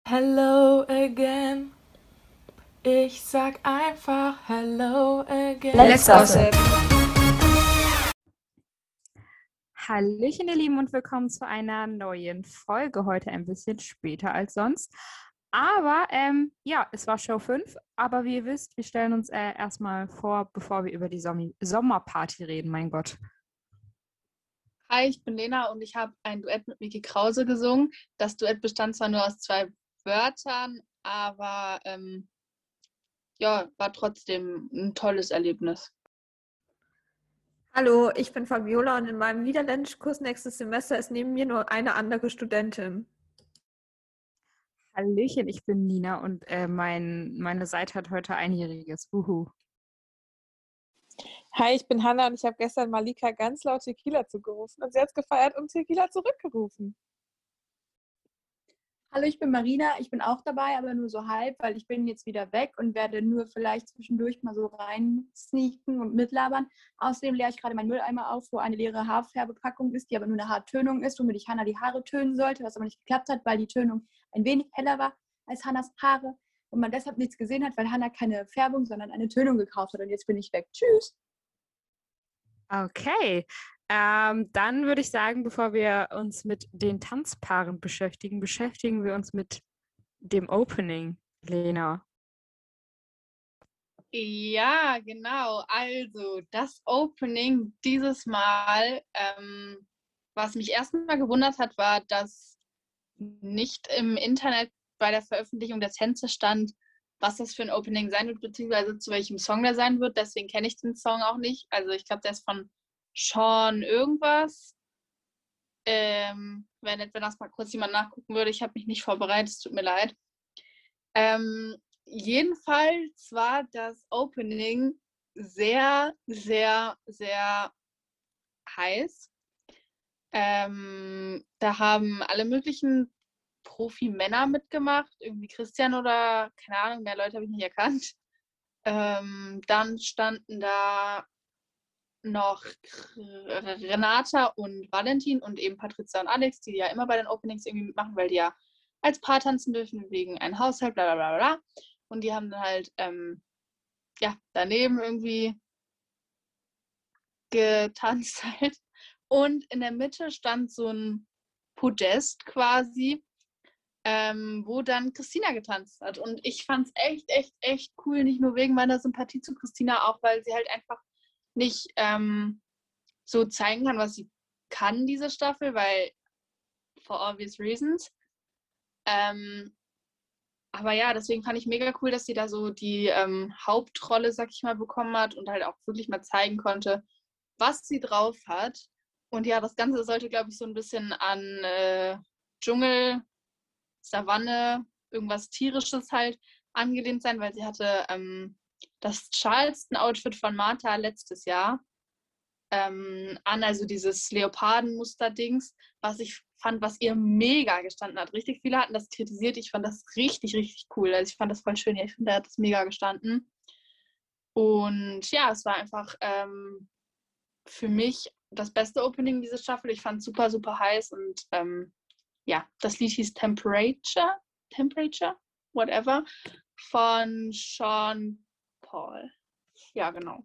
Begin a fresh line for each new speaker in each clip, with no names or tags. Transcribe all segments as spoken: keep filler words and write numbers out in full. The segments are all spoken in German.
Hello again. Ich sag einfach Hello again.
Let's gossip.
Hallöchen, ihr Lieben, und willkommen zu einer neuen Folge. Heute ein bisschen später als sonst. Aber ähm, ja, es war Show fünf. Aber wie ihr wisst, wir stellen uns äh, erstmal vor, bevor wir über die Sommi- Sommerparty reden. Mein Gott.
Hi, ich bin Lena und ich habe ein Duett mit Miki Krause gesungen. Das Duett bestand zwar nur aus zwei Wörtern, aber ähm, ja, war trotzdem ein tolles Erlebnis.
Hallo, ich bin Fabiola und in meinem Niederländischkurs nächstes Semester ist neben mir nur eine andere Studentin.
Hallöchen, ich bin Nina und äh, mein, meine Seite hat heute einjähriges. Wuhu.
Hi, ich bin Hanna und ich habe gestern Malika ganz laut Tequila zugerufen und sie hat es gefeiert und Tequila zurückgerufen.
Hallo, ich bin Marina. Ich bin auch dabei, aber nur so halb, weil ich bin jetzt wieder weg und werde nur vielleicht zwischendurch mal so rein sneaken und mitlabern. Außerdem leere ich gerade meinen Mülleimer auf, wo eine leere Haarfärbepackung ist, die aber nur eine Haartönung ist, womit ich Hanna die Haare tönen sollte, was aber nicht geklappt hat, weil die Tönung ein wenig heller war als Hannas Haare und man deshalb nichts gesehen hat, weil Hanna keine Färbung, sondern eine Tönung gekauft hat und jetzt bin ich weg. Tschüss!
Okay, ähm, dann würde ich sagen, bevor wir uns mit den Tanzpaaren beschäftigen, beschäftigen wir uns mit dem Opening, Lena.
Ja, genau. Also das Opening dieses Mal, ähm, was mich erstmal gewundert hat, war, dass nicht im Internet bei der Veröffentlichung der Tänze stand, was das für ein Opening sein wird, beziehungsweise zu welchem Song der sein wird. Deswegen kenne ich den Song auch nicht. Also ich glaube, der ist von Sean irgendwas. Ähm, wenn jetzt, wenn das mal kurz jemand nachgucken würde, ich habe mich nicht vorbereitet, es tut mir leid. Ähm, jedenfalls war das Opening sehr, sehr, sehr heiß. Ähm, da haben alle möglichen Profi-Männer mitgemacht, irgendwie Christian oder keine Ahnung, mehr Leute habe ich nicht erkannt. Ähm, dann standen da noch Renata und Valentin und eben Patricia und Alex, die ja immer bei den Openings irgendwie mitmachen, weil die ja als Paar tanzen dürfen wegen einem Haushalt, bla bla bla bla. Und die haben dann halt ähm, ja, daneben irgendwie getanzt halt. Und in der Mitte stand so ein Podest quasi, ähm, wo dann Christina getanzt hat. Und ich fand es echt, echt, echt cool, nicht nur wegen meiner Sympathie zu Christina, auch weil sie halt einfach nicht ähm, so zeigen kann, was sie kann, diese Staffel, weil for obvious reasons. Ähm, aber ja, deswegen fand ich mega cool, dass sie da so die ähm, Hauptrolle, sag ich mal, bekommen hat und halt auch wirklich mal zeigen konnte, was sie drauf hat. Und ja, das Ganze sollte, glaube ich, so ein bisschen an äh, Dschungel, Savanne, irgendwas Tierisches halt angelehnt sein, weil sie hatte ähm, das Charleston-Outfit von Martha letztes Jahr ähm, an, also dieses Leopardenmuster-Dings, was ich fand, was ihr mega gestanden hat. Richtig viele hatten das kritisiert. Ich fand das richtig, richtig cool. Also ich fand das voll schön. Ja, ich finde, da hat das mega gestanden. Und ja, es war einfach ähm, für mich das beste Opening dieser Staffel. Ich fand es super, super heiß und ähm, ja, das Lied hieß Temperature, Temperature, whatever, von Sean Paul. Ja, genau.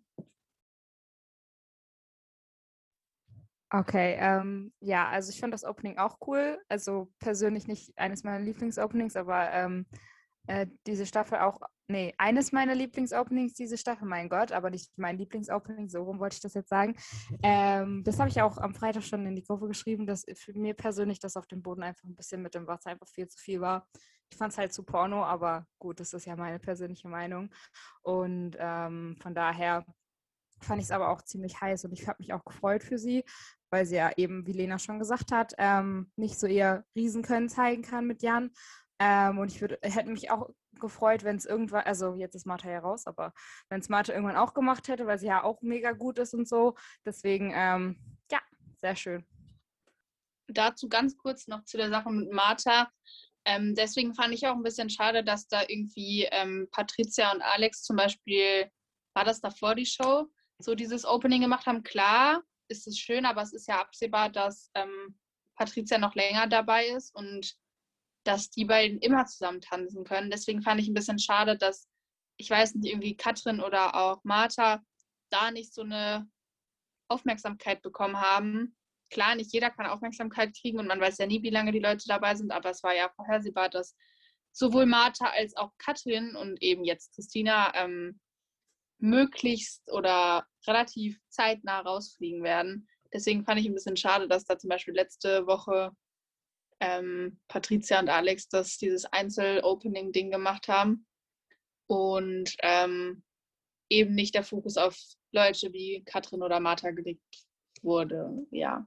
Okay, ähm, ja, also ich fand das Opening auch cool. Also persönlich nicht eines meiner Lieblingsopenings, aber ähm, äh, diese Staffel auch, nee, eines meiner Lieblingsopenings diese Staffel, mein Gott, aber nicht mein Lieblingsopening, so rum wollte ich das jetzt sagen. Ähm, das habe ich auch am Freitag schon in die Gruppe geschrieben, dass für mir persönlich das auf dem Boden einfach ein bisschen mit dem Wasser einfach viel zu viel war. Ich fand es halt zu Porno, aber gut, das ist ja meine persönliche Meinung. Und ähm, von daher fand ich es aber auch ziemlich heiß und ich habe mich auch gefreut für sie, weil sie ja eben, wie Lena schon gesagt hat, ähm, nicht so ihr Riesenkönnen zeigen kann mit Jan. Ähm, und ich würd, hätte mich auch gefreut, wenn es irgendwann, also jetzt ist Martha ja raus, aber wenn es Martha irgendwann auch gemacht hätte, weil sie ja auch mega gut ist und so. Deswegen, ähm, ja, sehr schön.
Dazu ganz kurz noch zu der Sache mit Martha. Ähm, deswegen fand ich auch ein bisschen schade, dass da irgendwie ähm, Patricia und Alex zum Beispiel, war das davor die Show, so dieses Opening gemacht haben. Klar ist es schön, aber es ist ja absehbar, dass ähm, Patricia noch länger dabei ist und dass die beiden immer zusammen tanzen können. Deswegen fand ich ein bisschen schade, dass, ich weiß nicht, irgendwie Katrin oder auch Martha da nicht so eine Aufmerksamkeit bekommen haben. Klar, nicht jeder kann Aufmerksamkeit kriegen und man weiß ja nie, wie lange die Leute dabei sind, aber es war ja vorhersehbar, dass sowohl Martha als auch Katrin und eben jetzt Christina ähm, möglichst oder relativ zeitnah rausfliegen werden. Deswegen fand ich ein bisschen schade, dass da zum Beispiel letzte Woche ähm, Patricia und Alex das dieses Einzel-Opening-Ding gemacht haben und ähm, eben nicht der Fokus auf Leute wie Katrin oder Martha gelegt wurde. Ja.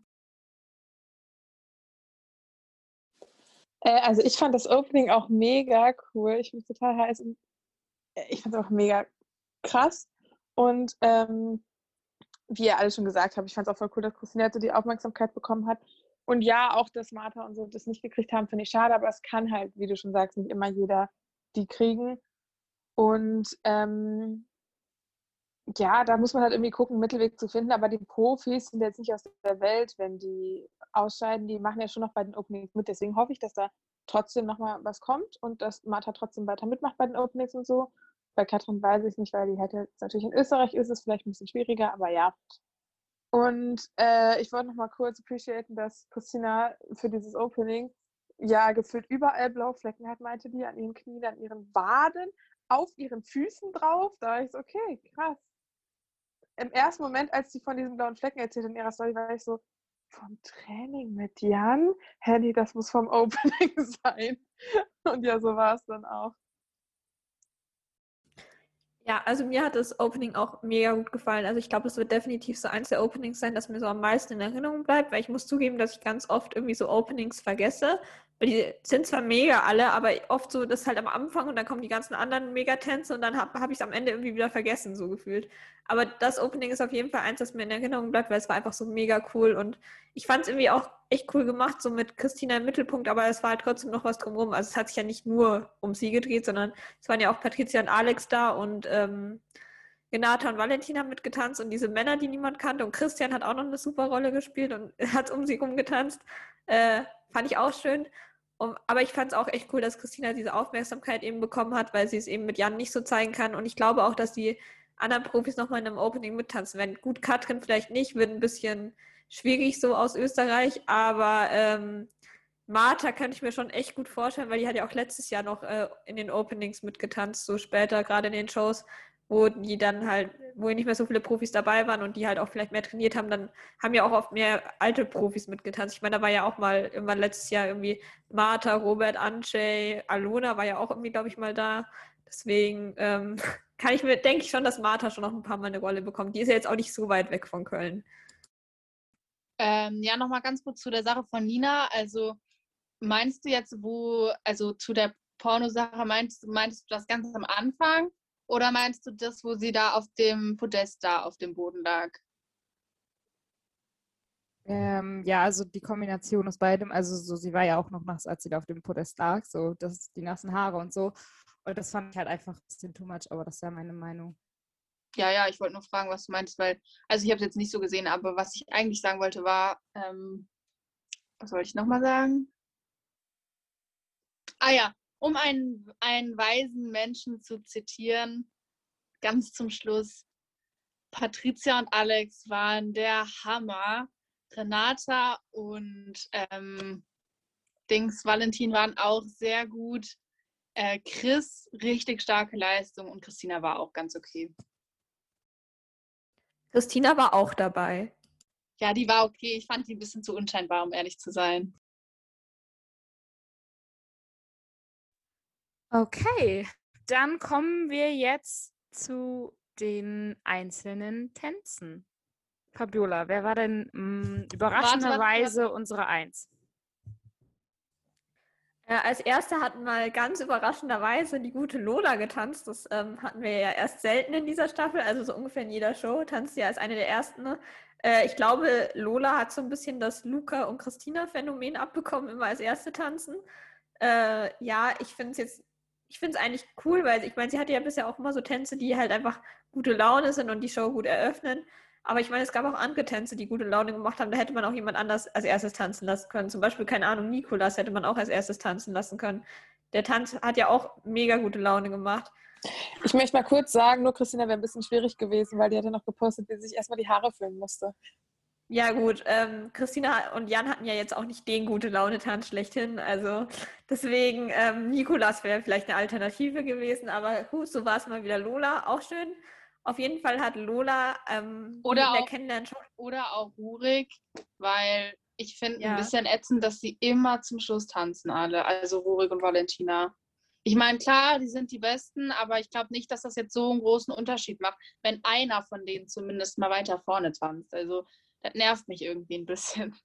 Äh, also ich fand das Opening auch mega cool. Ich finde es total heiß und äh, ich fand es auch mega krass. Und ähm, wie ihr alle schon gesagt habt, ich fand es auch voll cool, dass Christina so die Aufmerksamkeit bekommen hat. Und ja, auch, dass Martha und so das nicht gekriegt haben, finde ich schade, aber es kann halt, wie du schon sagst, nicht immer jeder die kriegen. Und ähm, ja, da muss man halt irgendwie gucken, einen Mittelweg zu finden, aber die Profis sind jetzt nicht aus der Welt, wenn die ausscheiden, die machen ja schon noch bei den Openings mit, deswegen hoffe ich, dass da trotzdem nochmal was kommt und dass Martha trotzdem weiter mitmacht bei den Openings und so. Bei Katrin weiß ich nicht, weil die halt jetzt natürlich in Österreich ist, ist vielleicht ein bisschen schwieriger, aber ja. Und äh, ich wollte noch mal kurz appreciaten, dass Christina für dieses Opening ja gefühlt überall blaue Flecken hat, meinte die, an ihren Knien, an ihren Waden, auf ihren Füßen drauf. Da war ich so, okay, krass. Im ersten Moment, als sie von diesen blauen Flecken erzählt in ihrer Story, war ich so, vom Training mit Jan? Hä, nee, das muss vom Opening sein. Und ja, so war es dann auch.
Ja, also mir hat das Opening auch mega gut gefallen. Also ich glaube, es wird definitiv so eins der Openings sein, das mir so am meisten in Erinnerung bleibt, weil ich muss zugeben, dass ich ganz oft irgendwie so Openings vergesse. Weil die sind zwar mega alle, aber oft so, das halt am Anfang und dann kommen die ganzen anderen Megatänze und dann habe hab ich es am Ende irgendwie wieder vergessen, so gefühlt. Aber das Opening ist auf jeden Fall eins, das mir in Erinnerung bleibt, weil es war einfach so mega cool und ich fand es irgendwie auch echt cool gemacht, so mit Christina im Mittelpunkt, aber es war halt trotzdem noch was drumherum. Also es hat sich ja nicht nur um sie gedreht, sondern es waren ja auch Patricia und Alex da und ähm, Renata und Valentin haben mitgetanzt und diese Männer, die niemand kannte und Christian hat auch noch eine super Rolle gespielt und hat um sie rum getanzt. Äh, fand ich auch schön. Um, aber ich fand es auch echt cool, dass Christina diese Aufmerksamkeit eben bekommen hat, weil sie es eben mit Jan nicht so zeigen kann. Und ich glaube auch, dass die anderen Profis nochmal in einem Opening mittanzen werden. Gut, Katrin vielleicht nicht, wird ein bisschen schwierig so aus Österreich, aber ähm, Martha könnte ich mir schon echt gut vorstellen, weil die hat ja auch letztes Jahr noch äh, in den Openings mitgetanzt, so später, gerade in den Shows, wo die dann halt, wo nicht mehr so viele Profis dabei waren und die halt auch vielleicht mehr trainiert haben, dann haben ja auch oft mehr alte Profis mitgetanzt. Ich meine, da war ja auch mal irgendwann letztes Jahr irgendwie Martha, Robert, Anjay, Alona war ja auch irgendwie, glaube ich, mal da. Deswegen ähm, kann ich mir, denke ich schon, dass Martha schon noch ein paar Mal eine Rolle bekommt. Die ist ja jetzt auch nicht so weit weg von Köln.
Ähm, ja, nochmal ganz kurz zu der Sache von Nina. Also meinst du jetzt, wo, also zu der Pornosache, meinst, meinst du das ganz am Anfang? Oder meinst du das, wo sie da auf dem Podest da auf dem Boden lag?
Ähm, ja, also die Kombination aus beidem, also so, sie war ja auch noch nass, als sie da auf dem Podest lag, so das, die nassen Haare und so. Und das fand ich halt einfach ein bisschen too much, aber das ist ja meine Meinung.
Ja, ja, ich wollte nur fragen, was du meinst, weil, also ich habe es jetzt nicht so gesehen, aber was ich eigentlich sagen wollte war, ähm, was wollte ich nochmal sagen? Ah ja, um einen, einen weisen Menschen zu zitieren, ganz zum Schluss, Patricia und Alex waren der Hammer. Renata und ähm, Dings Valentin waren auch sehr gut. Äh, Chris, richtig starke Leistung und Christina war auch ganz okay.
Christina war auch dabei.
Ja, die war okay. Ich fand die ein bisschen zu unscheinbar, um ehrlich zu sein.
Okay, dann kommen wir jetzt zu den einzelnen Tänzen. Fabiola, wer war denn mh, überraschenderweise
warte, warte.
unsere Eins?
Äh, als erste hatten mal ganz überraschenderweise die gute Lola getanzt. Das ähm, hatten wir ja erst selten in dieser Staffel, also so ungefähr in jeder Show tanzt sie ja als eine der ersten. Ne? Äh, ich glaube, Lola hat so ein bisschen das Luca- und Christina-Phänomen abbekommen, immer als erste tanzen. Äh, ja, ich finde es jetzt, ich finde es eigentlich cool, weil ich meine, sie hatte ja bisher auch immer so Tänze, die halt einfach gute Laune sind und die Show gut eröffnen. Aber ich meine, es gab auch andere Tänze, die gute Laune gemacht haben. Da hätte man auch jemand anders als erstes tanzen lassen können. Zum Beispiel, keine Ahnung, Nikolas hätte man auch als erstes tanzen lassen können. Der Tanz hat ja auch mega gute Laune gemacht.
Ich möchte mal kurz sagen, nur Christina wäre ein bisschen schwierig gewesen, weil die hatte noch gepostet, wie sie sich erstmal die Haare föhnen musste.
Ja gut, ähm, Christina und Jan hatten ja jetzt auch nicht den gute Laune-Tanz schlechthin, also deswegen ähm, Nikolas wäre vielleicht eine Alternative gewesen, aber gut, so war es mal wieder Lola, auch schön. Auf jeden Fall hat Lola ähm, wie
Oder
in der
auch-
Kennenlernshow,
Oder auch Rurik, weil ich finde
Ja.
ein bisschen ätzend, dass sie immer zum Schluss tanzen alle. Also Rurik und Valentina. Ich meine, klar, die sind die Besten, aber ich glaube nicht, dass das jetzt so einen großen Unterschied macht, wenn einer von denen zumindest mal weiter vorne tanzt. Also das nervt mich irgendwie ein bisschen.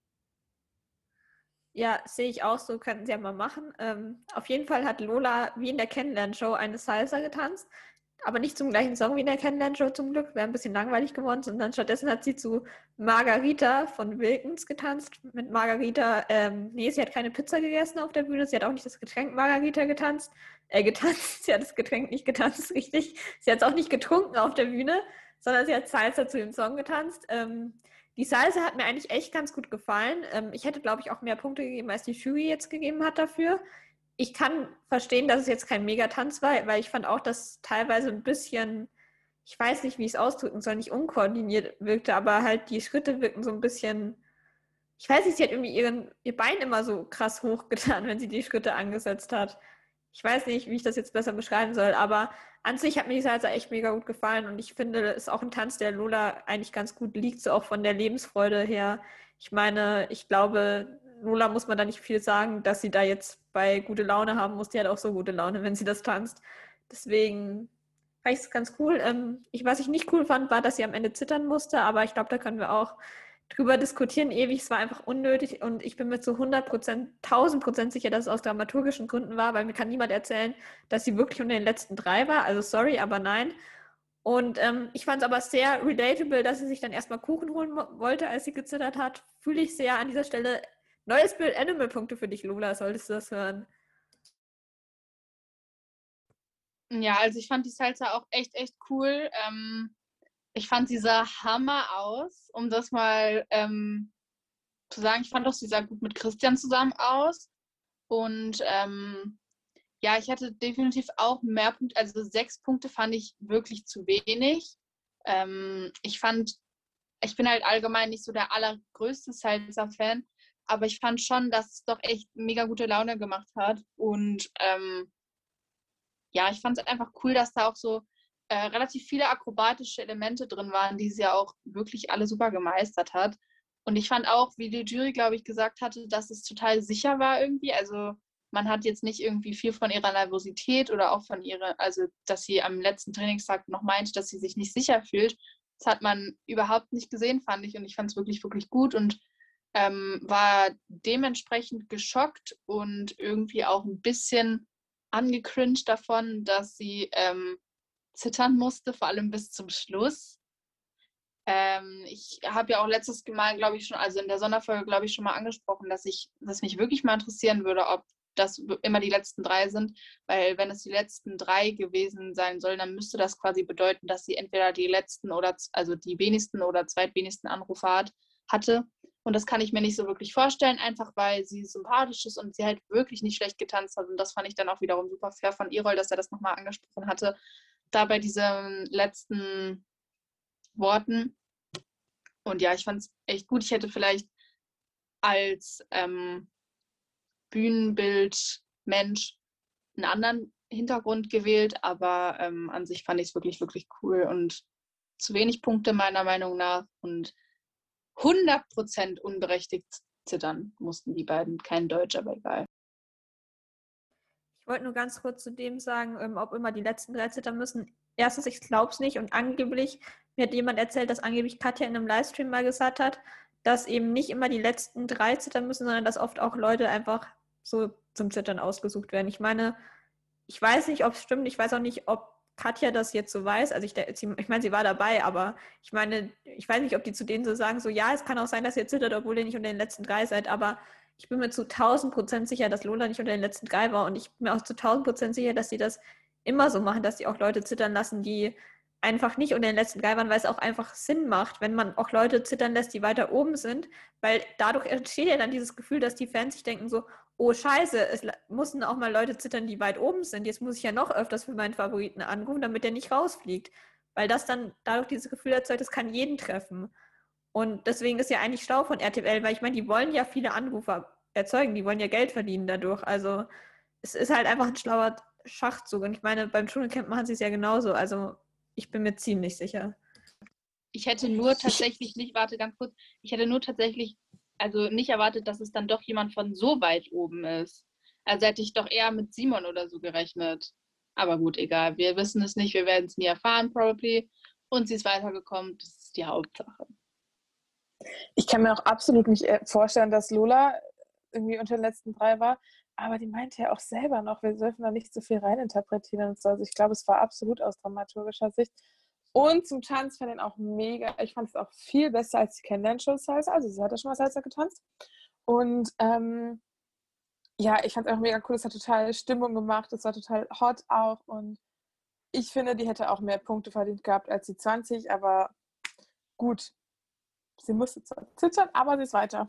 ja, sehe ich auch so, könnten sie ja mal machen. Ähm, auf jeden Fall hat Lola wie in der Kennenlernshow eine Salsa getanzt, aber nicht zum gleichen Song wie in der Kennenlernshow zum Glück, wäre ein bisschen langweilig geworden, sondern stattdessen hat sie zu Margarita von Wilkins getanzt. Mit Margarita, ähm, nee, sie hat keine Pizza gegessen auf der Bühne, sie hat auch nicht das Getränk Margarita getanzt, äh, getanzt, sie hat das Getränk nicht getanzt, richtig. Sie hat es auch nicht getrunken auf der Bühne, sondern sie hat Salsa zu dem Song getanzt. Ähm, die Salsa hat mir eigentlich echt ganz gut gefallen. Ähm, ich hätte, glaube ich, auch mehr Punkte gegeben, als die Jury jetzt gegeben hat dafür. Ich kann verstehen, dass es jetzt kein Megatanz war, weil ich fand auch, dass teilweise ein bisschen, ich weiß nicht, wie ich es ausdrücken soll, nicht unkoordiniert wirkte, aber halt die Schritte wirkten so ein bisschen, ich weiß nicht, sie hat irgendwie ihren, ihr Bein immer so krass hochgetan, wenn sie die Schritte angesetzt hat. Ich weiß nicht, wie ich das jetzt besser beschreiben soll, aber an sich hat mir die Salsa echt mega gut gefallen und ich finde, es ist auch ein Tanz, der Lola eigentlich ganz gut liegt, so auch von der Lebensfreude her. Ich meine, ich glaube, Lola muss man da nicht viel sagen, dass sie da jetzt bei gute Laune haben muss. Die hat auch so gute Laune, wenn sie das tanzt. Deswegen fand ich es ganz cool. Ähm, ich, was ich nicht cool fand, war, dass sie am Ende zittern musste, aber ich glaube, da können wir auch drüber diskutieren ewig. Es war einfach unnötig und ich bin mir zu hundert Prozent, tausend Prozent sicher, dass es aus dramaturgischen Gründen war, weil mir kann niemand erzählen, dass sie wirklich unter den letzten drei war. Also sorry, aber nein. Und ähm, ich fand es aber sehr relatable, dass sie sich dann erstmal Kuchen holen mo- wollte, als sie gezittert hat. Fühle ich sehr an dieser Stelle. Neues Bild, Animal-Punkte für dich, Lola, solltest du das hören.
Ja, also ich fand die Salsa auch echt, echt cool. Ähm, ich fand, sie sah Hammer aus, um das mal ähm, zu sagen. Ich fand auch, sie sah gut mit Christian zusammen aus. Und ähm, ja, ich hatte definitiv auch mehr Punkte. Also sechs Punkte fand ich wirklich zu wenig. Ähm, ich fand, ich bin halt allgemein nicht so der allergrößte Salsa-Fan, aber ich fand schon, dass es doch echt mega gute Laune gemacht hat. Und ähm, ja, ich fand es einfach cool, dass da auch so äh, relativ viele akrobatische Elemente drin waren, die sie ja auch wirklich alle super gemeistert hat. Und ich fand auch, wie die Jury, glaube ich, gesagt hatte, dass es total sicher war irgendwie. Also man hat jetzt nicht irgendwie viel von ihrer Nervosität oder auch von ihrer, also dass sie am letzten Trainingstag noch meint, dass sie sich nicht sicher fühlt. Das hat man überhaupt nicht gesehen, fand ich. Und ich fand es wirklich, wirklich gut und ähm, war dementsprechend geschockt und irgendwie auch ein bisschen angecringed davon, dass sie ähm, zittern musste, vor allem bis zum Schluss. Ähm, ich habe ja auch letztes Mal, glaube ich, schon, also in der Sonderfolge, glaube ich, schon mal angesprochen, dass ich, dass mich wirklich mal interessieren würde, ob das immer die letzten drei sind, weil wenn es die letzten drei gewesen sein sollen, dann müsste das quasi bedeuten, dass sie entweder die letzten oder, also die wenigsten oder zweitwenigsten Anrufe hat, hatte. Und das kann ich mir nicht so wirklich vorstellen, einfach weil sie sympathisch ist und sie halt wirklich nicht schlecht getanzt hat. Und das fand ich dann auch wiederum super fair von Erol, dass er das nochmal angesprochen hatte, da bei diesen letzten Worten. Und ja, ich fand es echt gut. Ich hätte vielleicht als ähm, Bühnenbild-Mensch einen anderen Hintergrund gewählt, aber ähm, an sich fand ich es wirklich, wirklich cool und zu wenig Punkte meiner Meinung nach und hundert Prozent unberechtigt zittern mussten die beiden. Kein Deutsch, aber egal.
Ich wollte nur ganz kurz zu dem sagen, ähm, ob immer die letzten drei zittern müssen. Erstens, ich glaube es nicht und angeblich, mir hat jemand erzählt, dass angeblich Katja in einem Livestream mal gesagt hat, dass eben nicht immer die letzten drei zittern müssen, sondern dass oft auch Leute einfach so zum Zittern ausgesucht werden. Ich meine, ich weiß nicht, ob es stimmt, ich weiß auch nicht, ob Katja das jetzt so weiß. Also ich, ich meine, sie war dabei, aber ich meine, ich weiß nicht, ob die zu denen so sagen, so ja, es kann auch sein, dass ihr zittert, obwohl ihr nicht unter den letzten drei seid, aber ich bin mir zu tausend Prozent sicher, dass Lola nicht unter den letzten drei war und ich bin mir auch zu tausend Prozent sicher, dass sie das immer so machen, dass sie auch Leute zittern lassen, die einfach nicht unter den letzten drei waren, weil es auch einfach Sinn macht, wenn man auch Leute zittern lässt, die weiter oben sind, weil dadurch entsteht ja dann dieses Gefühl, dass die Fans sich denken so, oh scheiße, es mussten auch mal Leute zittern, die weit oben sind, jetzt muss ich ja noch öfters für meinen Favoriten anrufen, damit der nicht rausfliegt, weil das dann dadurch dieses Gefühl erzeugt, das kann jeden treffen. Und deswegen ist ja eigentlich schlau von R T L, weil ich meine, die wollen ja viele Anrufer erzeugen, die wollen ja Geld verdienen dadurch, also es ist halt einfach ein schlauer Schachzug und ich meine, beim Dschungelcamp machen sie es ja genauso, also ich bin mir ziemlich sicher.
Ich hätte nur tatsächlich nicht, warte ganz kurz, ich hätte nur tatsächlich, also nicht erwartet, dass es dann doch jemand von so weit oben ist. Also hätte ich doch eher mit Simon oder so gerechnet. Aber gut, egal, wir wissen es nicht, wir werden es nie erfahren, probably. Und sie ist weitergekommen, das ist die Hauptsache.
Ich kann mir auch absolut nicht vorstellen, dass Lola irgendwie unter den letzten drei war, aber die meinte ja auch selber noch, wir dürfen da nicht so viel reininterpretieren und so. Also ich glaube, es war absolut aus dramaturgischer Sicht. Und zum Tanz fand ich ihn auch mega, ich fand es auch viel besser als die Kennenlern-Show Salsa, also sie hat ja schon mal Salsa getanzt. Und ähm, ja, ich fand es auch mega cool, es hat total Stimmung gemacht, es war total hot auch und ich finde, die hätte auch mehr Punkte verdient gehabt als die zwanzig, aber gut, sie musste zwar zittern, aber sie ist weiter.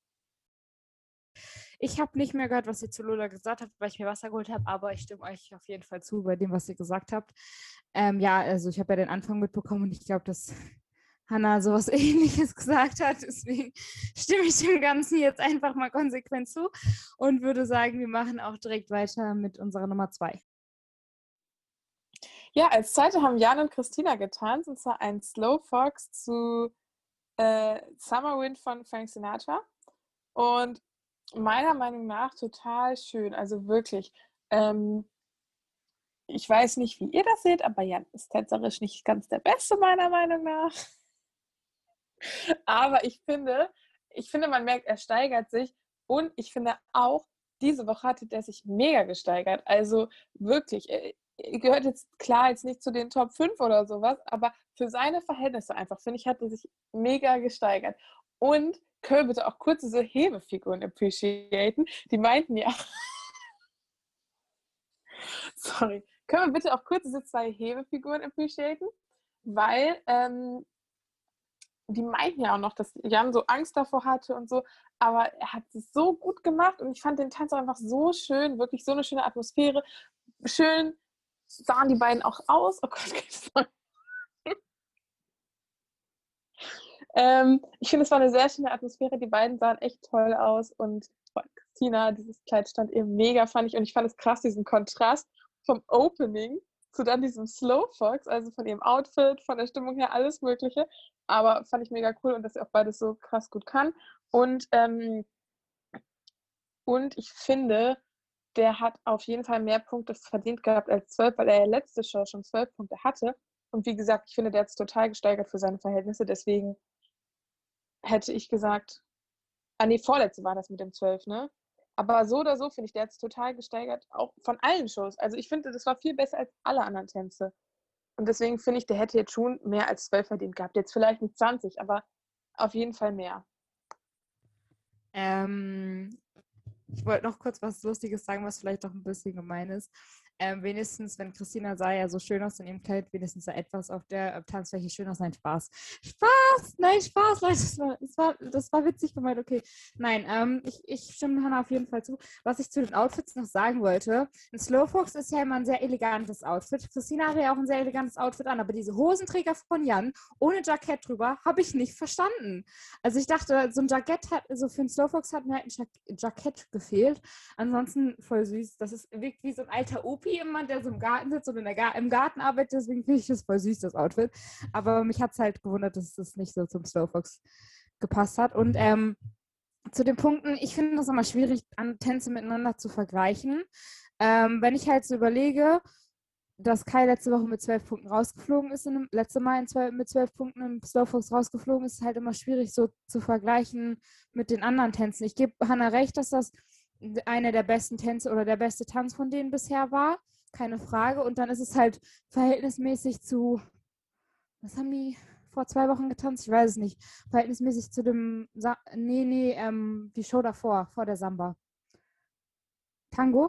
Ich habe nicht mehr gehört, was ihr zu Lola gesagt habt, weil ich mir Wasser geholt habe, aber ich stimme euch auf jeden Fall zu bei dem, was ihr gesagt habt. Ähm, ja, also ich habe ja den Anfang mitbekommen und ich glaube, dass Hannah sowas Ähnliches gesagt hat. Deswegen stimme ich dem Ganzen jetzt einfach mal konsequent zu und würde sagen, wir machen auch direkt weiter mit unserer Nummer zwei.
Ja, als zweite haben Jan und Christina getanzt, und zwar ein Slow Fox zu äh, Summer Wind von Frank Sinatra. Und meiner Meinung nach total schön, also wirklich. Ähm, ich weiß nicht, wie ihr das seht, aber Jan ist tänzerisch nicht ganz der Beste, meiner Meinung nach. Aber ich finde, ich finde, man merkt, er steigert sich. Und ich finde auch, diese Woche hatte der sich mega gesteigert. Also wirklich, er gehört jetzt klar jetzt nicht zu den Top fünf oder sowas, aber für seine Verhältnisse einfach, finde ich, hat er sich mega gesteigert. Und können wir bitte auch kurz diese Hebefiguren appreciaten? Die meinten ja... Sorry. Können wir bitte auch kurz diese zwei Hebefiguren appreciaten? Weil ähm, die meinten ja auch noch, dass Jan so Angst davor hatte und so, aber er hat es so gut gemacht und ich fand den Tanz einfach so schön, wirklich so eine schöne Atmosphäre. Schön sahen die beiden auch aus. Oh Gott, ähm, ich finde, es war eine sehr schöne Atmosphäre. Die beiden sahen echt toll aus und Christina, dieses Kleid stand ihr mega, fand ich. Und ich fand es krass, diesen Kontrast vom Opening zu dann diesem Slow Fox, also von ihrem Outfit, von der Stimmung her, alles Mögliche. Aber fand ich mega cool und dass sie auch beides so krass gut kann. Und, ähm, und ich finde, der hat auf jeden Fall mehr Punkte verdient gehabt als zwölf, weil er ja letzte Show schon zwölf Punkte hatte. Und wie gesagt, ich finde, der hat es total gesteigert für seine Verhältnisse. Deswegen hätte ich gesagt, ah nee, vorletzte war das mit dem zwölf, ne? Aber so oder so finde ich, der hat es total gesteigert, auch von allen Shows. Also ich finde, das war viel besser als alle anderen Tänze. Und deswegen finde ich, der hätte jetzt schon mehr als zwölf verdient gehabt. Jetzt vielleicht nicht zwanzig, aber auf jeden Fall mehr.
Ähm, ich wollte noch kurz was Lustiges sagen, was vielleicht doch ein bisschen gemein ist. Ähm, wenigstens, wenn Christina sah ja so schön aus in ihrem Kleid, wenigstens sah etwas auf der äh, Tanzfläche schön aus. Nein, Spaß. Spaß! Nein, Spaß, Leute. Das war, das war, das war witzig gemeint, okay. Nein, ähm, ich, ich stimme Hannah auf jeden Fall zu. Was ich zu den Outfits noch sagen wollte, ein Slowfox ist ja immer ein sehr elegantes Outfit. Christina hatte ja auch ein sehr elegantes Outfit an, aber diese Hosenträger von Jan ohne Jackett drüber habe ich nicht verstanden. Also ich dachte, so ein Jackett hat, so für einen Slowfox hat mir halt ein Jackett gefehlt. Ansonsten voll süß. Das ist, wirkt wie so ein alter Opi immer, der so im Garten sitzt und in der Gar- im Garten arbeitet, deswegen finde ich das voll süß, das Outfit. Aber mich hat es halt gewundert, dass das nicht so zum Slowfox gepasst hat. Und ähm, zu den Punkten, ich finde das immer schwierig, an Tänze miteinander zu vergleichen. Ähm, wenn ich halt so überlege, dass Kai letzte Woche mit zwölf Punkten rausgeflogen ist, in einem, letzte Mal in zwölf, mit zwölf Punkten im Slowfox rausgeflogen ist, ist halt immer schwierig so zu vergleichen mit den anderen Tänzen. Ich gebe Hannah recht, dass das einer der besten Tänze oder der beste Tanz von denen bisher war, keine Frage. Und dann ist es halt verhältnismäßig zu, was haben die vor zwei Wochen getanzt? Ich weiß es nicht. Verhältnismäßig zu dem, Sa- nee, nee, ähm, die Show davor, vor der Samba. Tango?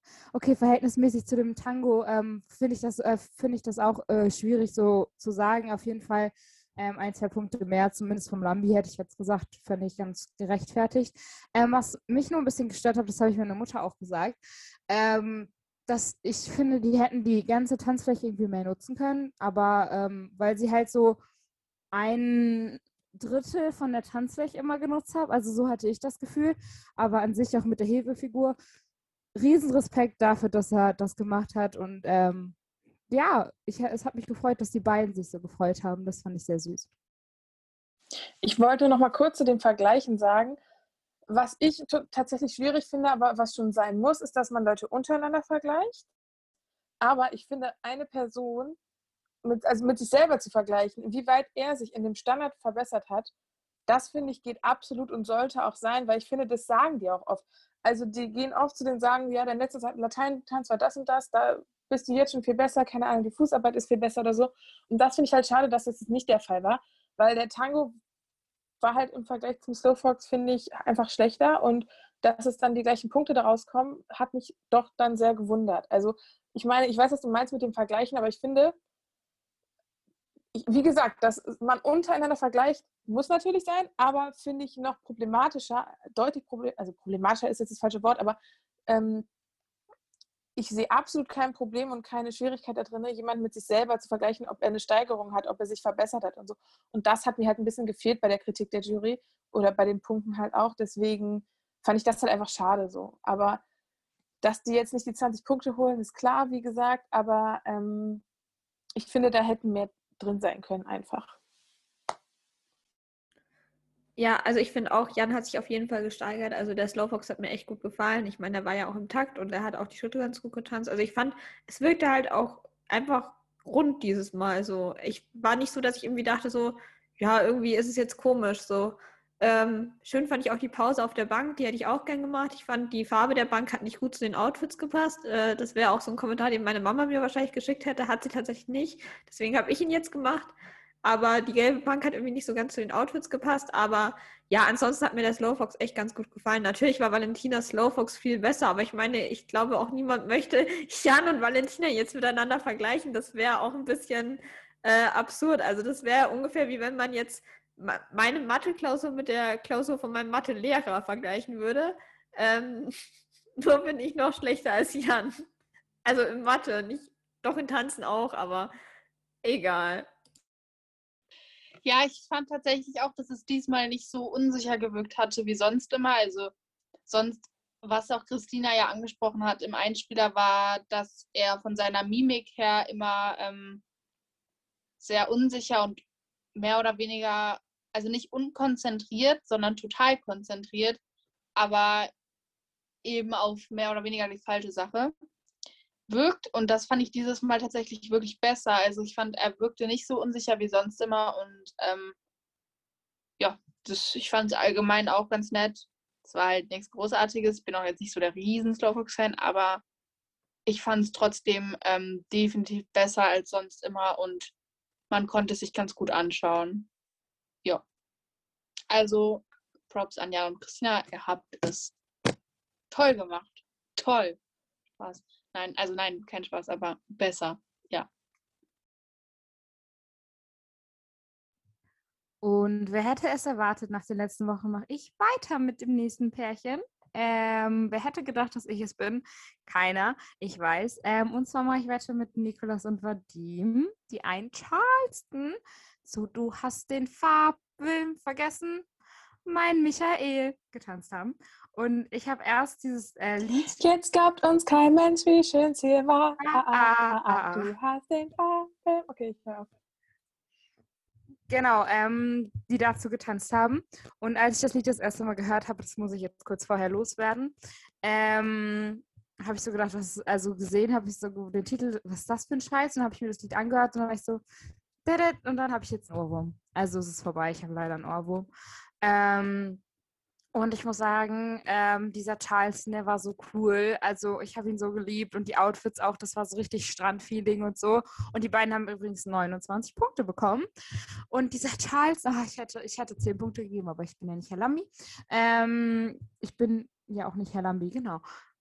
Okay, verhältnismäßig zu dem Tango ähm, finde ich das, äh, finde ich das auch äh, schwierig so zu sagen. Auf jeden Fall ähm, ein, zwei Punkte mehr, zumindest vom Lambi hätte ich jetzt gesagt, fände ich ganz gerechtfertigt. Ähm, was mich nur ein bisschen gestört hat, das habe ich meiner Mutter auch gesagt, ähm, dass ich finde, die hätten die ganze Tanzfläche irgendwie mehr nutzen können, aber ähm, weil sie halt so ein Drittel von der Tanzfläche immer genutzt haben, also so hatte ich das Gefühl, aber an sich auch mit der Hebefigur. Riesenrespekt dafür, dass er das gemacht hat und ähm, ja, ich, es hat mich gefreut, dass die beiden sich so gefreut haben. Das fand ich sehr süß.
Ich wollte noch mal kurz zu den Vergleichen sagen, was ich t- tatsächlich schwierig finde, aber was schon sein muss, ist, dass man Leute untereinander vergleicht. Aber ich finde, eine Person mit, also mit sich selber zu vergleichen, wie weit er sich in dem Standard verbessert hat, das finde ich geht absolut und sollte auch sein, weil ich finde, das sagen die auch oft. Also die gehen oft zu den sagen, ja, dein letztes Lateintanz war das und das, da bist du jetzt schon viel besser, keine Ahnung, die Fußarbeit ist viel besser oder so. Und das finde ich halt schade, dass das nicht der Fall war, weil der Tango war halt im Vergleich zum Slowfox, finde ich, einfach schlechter und dass es dann die gleichen Punkte daraus kommen, hat mich doch dann sehr gewundert. Also ich meine, ich weiß, was du meinst mit dem Vergleichen, aber ich finde, ich, wie gesagt, dass man untereinander vergleicht, muss natürlich sein, aber finde ich noch problematischer, deutlich problem, also problematischer ist jetzt das falsche Wort, aber ähm, ich sehe absolut kein Problem und keine Schwierigkeit da drin, jemanden mit sich selber zu vergleichen, ob er eine Steigerung hat, ob er sich verbessert hat und so. Und das hat mir halt ein bisschen gefehlt bei der Kritik der Jury oder bei den Punkten halt auch. Deswegen fand ich das halt einfach schade so. Aber dass die jetzt nicht die zwanzig Punkte holen, ist klar, wie gesagt. Aber ähm, ich finde, da hätten mehr drin sein können einfach.
Ja, also ich finde auch, Jan hat sich auf jeden Fall gesteigert. Also der Slowfox hat mir echt gut gefallen. Ich meine, der war ja auch im Takt und er hat auch die Schritte ganz gut getanzt. Also ich fand, es wirkte halt auch einfach rund dieses Mal so. Ich war nicht so, dass ich irgendwie dachte so, ja, irgendwie ist es jetzt komisch so. Ähm, schön fand ich auch die Pause auf der Bank, die hätte ich auch gern gemacht. Ich fand, die Farbe der Bank hat nicht gut zu den Outfits gepasst. Äh, das wäre auch so ein Kommentar, den meine Mama mir wahrscheinlich geschickt hätte. Hat sie tatsächlich nicht. Deswegen habe ich ihn jetzt gemacht. Aber die gelbe Bank hat irgendwie nicht so ganz zu den Outfits gepasst. Aber ja, ansonsten hat mir der Slowfox echt ganz gut gefallen. Natürlich war Valentinas Slowfox viel besser, aber ich meine, ich glaube auch niemand möchte Jan und Valentina jetzt miteinander vergleichen. Das wäre auch ein bisschen äh, absurd. Also das wäre ungefähr wie wenn man jetzt meine Mathe-Klausur mit der Klausur von meinem Mathe-Lehrer vergleichen würde. Ähm, nur bin ich noch schlechter als Jan. Also in Mathe, nicht, doch in Tanzen auch, aber egal.
Ja, ich fand tatsächlich auch, dass es diesmal nicht so unsicher gewirkt hatte wie sonst immer. Also sonst, was auch Christina ja angesprochen hat im Einspieler, war, dass er von seiner Mimik her immer ähm, sehr unsicher und mehr oder weniger, also nicht unkonzentriert, sondern total konzentriert, aber eben auf mehr oder weniger die falsche Sache wirkt. Und das fand ich dieses Mal tatsächlich wirklich besser. Also ich fand, er wirkte nicht so unsicher wie sonst immer. Und ähm, ja, das, ich fand es allgemein auch ganz nett. Es war halt nichts Großartiges. Ich bin auch jetzt nicht so der riesen Slowfox-Fan, aber ich fand es trotzdem ähm, definitiv besser als sonst immer und man konnte es sich ganz gut anschauen. Ja. Also Props an Jan und Christina, ihr habt es toll gemacht. Toll. Spaß. Nein, also nein, kein Spaß, aber besser. Ja.
Und wer hätte es erwartet, nach den letzten Wochen mache ich weiter mit dem nächsten Pärchen. Ähm, wer hätte gedacht, dass ich es bin? Keiner, ich weiß. Ähm, und zwar mache ich weiter mit Nikolas und Vadim, die einen Charleston. So, du hast den Farbfilm vergessen, mein Michael getanzt haben. Und ich habe erst dieses äh, Lied.
Jetzt glaubt uns kein Mensch, wie schön es hier war. Ah, ah, ah, ah,
ah.
du hast den Farbfilm. Okay, ich höre auf.
Genau, ähm, die dazu getanzt haben. Und als ich das Lied das erste Mal gehört habe, das muss ich jetzt kurz vorher loswerden, ähm, habe ich so gedacht, was, also gesehen habe ich so den Titel, was ist das für ein Scheiß? Und dann habe ich mir das Lied angehört und dann war ich so, und dann habe ich jetzt einen Ohrwurm. Also es ist vorbei, ich habe leider einen Ohrwurm. Ähm, und ich muss sagen, ähm, dieser Charleston, der war so cool. Also ich habe ihn so geliebt und die Outfits auch, das war so richtig Strandfeeling und so. Und die beiden haben übrigens neunundzwanzig Punkte bekommen. Und dieser Charles, ach, ich hätte, ich hätte zehn Punkte gegeben, aber ich bin ja nicht Herr Lambi. Ähm, ich bin ja auch nicht Herr Lambi, genau.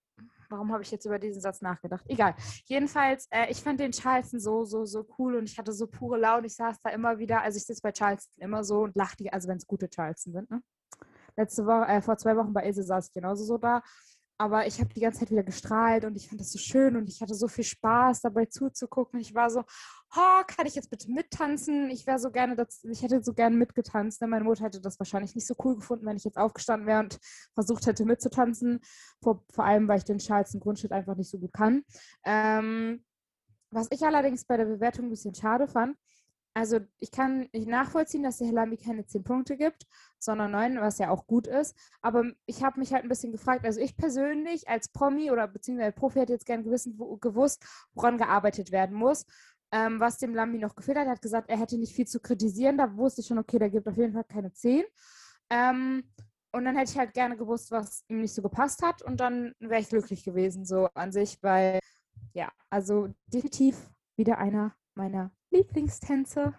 warum habe ich jetzt über diesen Satz nachgedacht? Egal. Jedenfalls, äh, ich fand den Charleston so, so, so cool und ich hatte so pure Laune. Ich saß da immer wieder, also ich sitze bei Charleston immer so und lache die, also wenn es gute Charleston sind, ne? Letzte Woche, äh, vor zwei Wochen bei Ilse saß ich genauso so da. Aber ich habe die ganze Zeit wieder gestrahlt und ich fand das so schön und ich hatte so viel Spaß dabei zuzugucken. Ich war so, oh, kann ich jetzt bitte mittanzen? Ich wäre so gerne, das, ich hätte so gerne mitgetanzt. Meine Mutter hätte das wahrscheinlich nicht so cool gefunden, wenn ich jetzt aufgestanden wäre und versucht hätte mitzutanzen. Vor, vor allem, weil ich den Charleston Grundschritt einfach nicht so gut kann. Ähm, was ich allerdings bei der Bewertung ein bisschen schade fand, also ich kann nicht nachvollziehen, dass der Helami keine zehn Punkte gibt, sondern neun, was ja auch gut ist. Aber ich habe mich halt ein bisschen gefragt, also ich persönlich als Promi oder beziehungsweise Profi hätte jetzt gerne gewissen, wo, gewusst, woran gearbeitet werden muss, ähm, was dem Lambi noch gefehlt hat. Er hat gesagt, er hätte nicht viel zu kritisieren. Da wusste ich schon, okay, der gibt auf jeden Fall keine zehn. Ähm, und dann hätte ich halt gerne gewusst, was ihm nicht so gepasst hat. Und dann wäre ich glücklich gewesen, so an sich, weil, ja, also definitiv wieder einer meiner Lieblingstänze.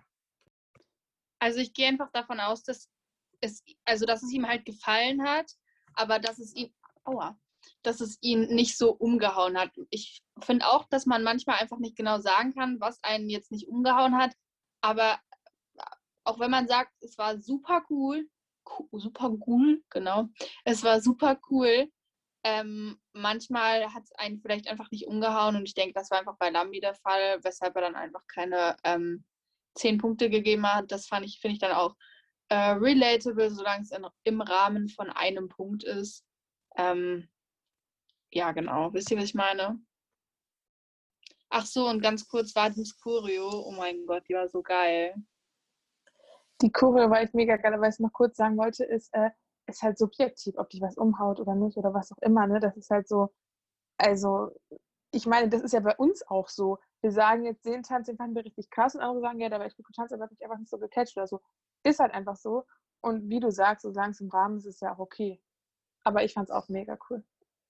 Also ich gehe einfach davon aus, dass es, also dass es ihm halt gefallen hat, aber dass es ihn, aua, dass es ihn nicht so umgehauen hat. Ich finde auch, dass man manchmal einfach nicht genau sagen kann, was einen jetzt nicht umgehauen hat, aber auch wenn man sagt, es war super cool, super cool, genau, es war super cool, ähm, manchmal hat es einen vielleicht einfach nicht umgehauen und ich denke, das war einfach bei Lambi der Fall, weshalb er dann einfach keine ähm, zehn Punkte gegeben hat. Das fand ich, finde ich dann auch äh, relatable, solange es in, im Rahmen von einem Punkt ist. Ähm, ja, genau. Wisst ihr, was ich meine? Ach so, und ganz kurz, Vadis Choreo. Oh mein Gott, die war so geil.
Die Choreo war echt mega geil, aber was ich noch kurz sagen wollte, ist, äh, ist halt subjektiv, ob dich was umhaut oder nicht oder was auch immer, ne? Das ist halt so, also, ich meine, das ist ja bei uns auch so. Wir sagen jetzt, den Tanz, den fanden wir richtig krass und andere sagen, ja, da war ich gut getanzt, aber hat mich einfach nicht so gecatcht oder so. Ist halt einfach so. Und wie du sagst, solange es im Rahmen ist, ist es ja auch okay. Aber ich fand es auch mega cool.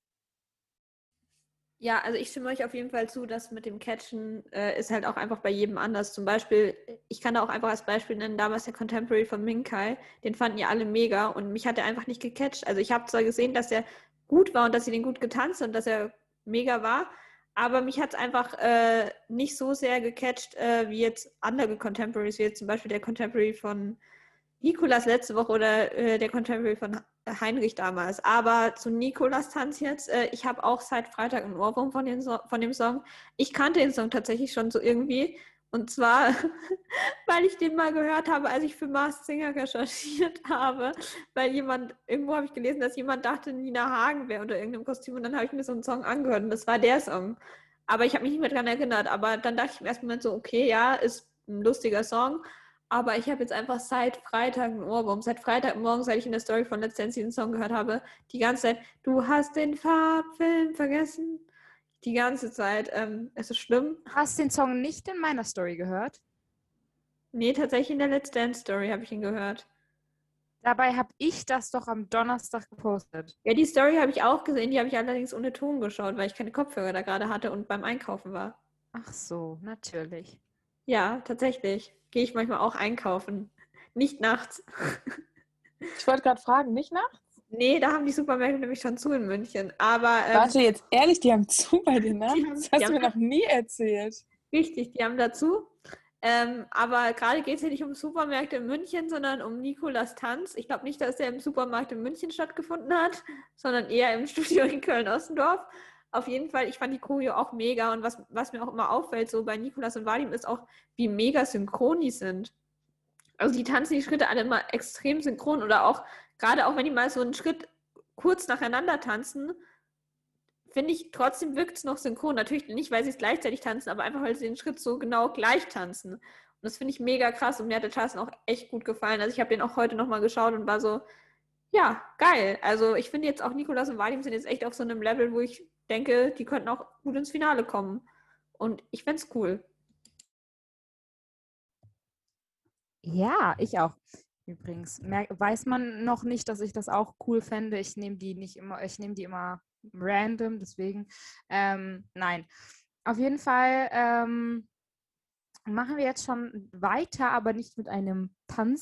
Ja, also ich stimme euch auf jeden Fall zu, dass mit dem Catchen äh, ist halt auch einfach bei jedem anders. Zum Beispiel, ich kann da auch einfach als Beispiel nennen, damals der Contemporary von Minkai, den fanden ja alle mega und mich hat er einfach nicht gecatcht. Also ich habe zwar gesehen, dass er gut war und dass sie den gut getanzt und dass er mega war, aber mich hat es einfach äh, nicht so sehr gecatcht, äh, wie jetzt andere Contemporaries, wie jetzt zum Beispiel der Contemporary von Nikolas letzte Woche oder äh, der Contemporary von Heinrich damals. Aber zu Nikolas Tanz jetzt, äh, ich habe auch seit Freitag einen Ohrwurm von, den so- von dem Song. Ich kannte den Song tatsächlich schon so irgendwie. Und zwar, weil ich den mal gehört habe, als ich für Masked Singer recherchiert habe. Weil jemand, irgendwo habe ich gelesen, dass jemand dachte, Nina Hagen wäre unter irgendeinem Kostüm. Und dann habe ich mir so einen Song angehört und das war der Song. Aber ich habe mich nicht mehr daran erinnert. Aber dann dachte ich im ersten Moment so, okay, ja, ist ein lustiger Song. Aber ich habe jetzt einfach seit Freitag einen Ohrwurm. Seit Freitagmorgen, seit ich in der Story von Let's Dance diesen Song gehört habe, die ganze Zeit, du hast den Farbfilm vergessen. Die ganze Zeit. Ähm, es ist schlimm.
Hast den Song nicht in meiner Story gehört?
Nee, tatsächlich in der Let's Dance Story habe ich ihn gehört.
Dabei habe ich das doch am Donnerstag gepostet.
Ja, die Story habe ich auch gesehen. Die habe ich allerdings ohne Ton geschaut, weil ich keine Kopfhörer da gerade hatte und beim Einkaufen war.
Ach so, natürlich.
Ja, tatsächlich. Gehe ich manchmal auch einkaufen. Nicht nachts.
Ich wollte gerade fragen, nicht nachts?
Nee, da haben die Supermärkte nämlich schon zu in München. Aber ähm,
Warte, jetzt ehrlich, die haben zu bei dir nachts?
Die haben-
Das
die
hast du
haben-
mir noch nie erzählt.
richtig, die haben dazu. Ähm, aber gerade geht es hier nicht um Supermärkte in München, sondern um Nikolas Tanz. Ich glaube nicht, dass der im Supermarkt in München stattgefunden hat, sondern eher im Studio in Köln-Ossendorf. Auf jeden Fall, ich fand die Choreo auch mega und was, was mir auch immer auffällt, so bei Nikolas und Vadim, ist auch, wie mega synchron die sind. Also die tanzen die Schritte alle immer extrem synchron oder auch, gerade auch wenn die mal so einen Schritt kurz nacheinander tanzen, finde ich, trotzdem wirkt es noch synchron. Natürlich nicht, weil sie es gleichzeitig tanzen, aber einfach, weil sie den Schritt so genau gleich tanzen. Und das finde ich mega krass und mir hat der Charleston auch echt gut gefallen. Also ich habe den auch heute nochmal geschaut und war so, ja, geil. Also ich finde jetzt auch Nikolas und Vadim sind jetzt echt auf so einem Level, wo ich denke, die könnten auch gut ins Finale kommen. Und ich fände es cool.
Ja, ich auch. Übrigens, mer- weiß man noch nicht, dass ich das auch cool fände. Ich nehme die nicht immer, ich nehme die immer random, deswegen. Ähm, nein. Auf jeden Fall ähm, machen wir jetzt schon weiter, aber nicht mit einem Tanz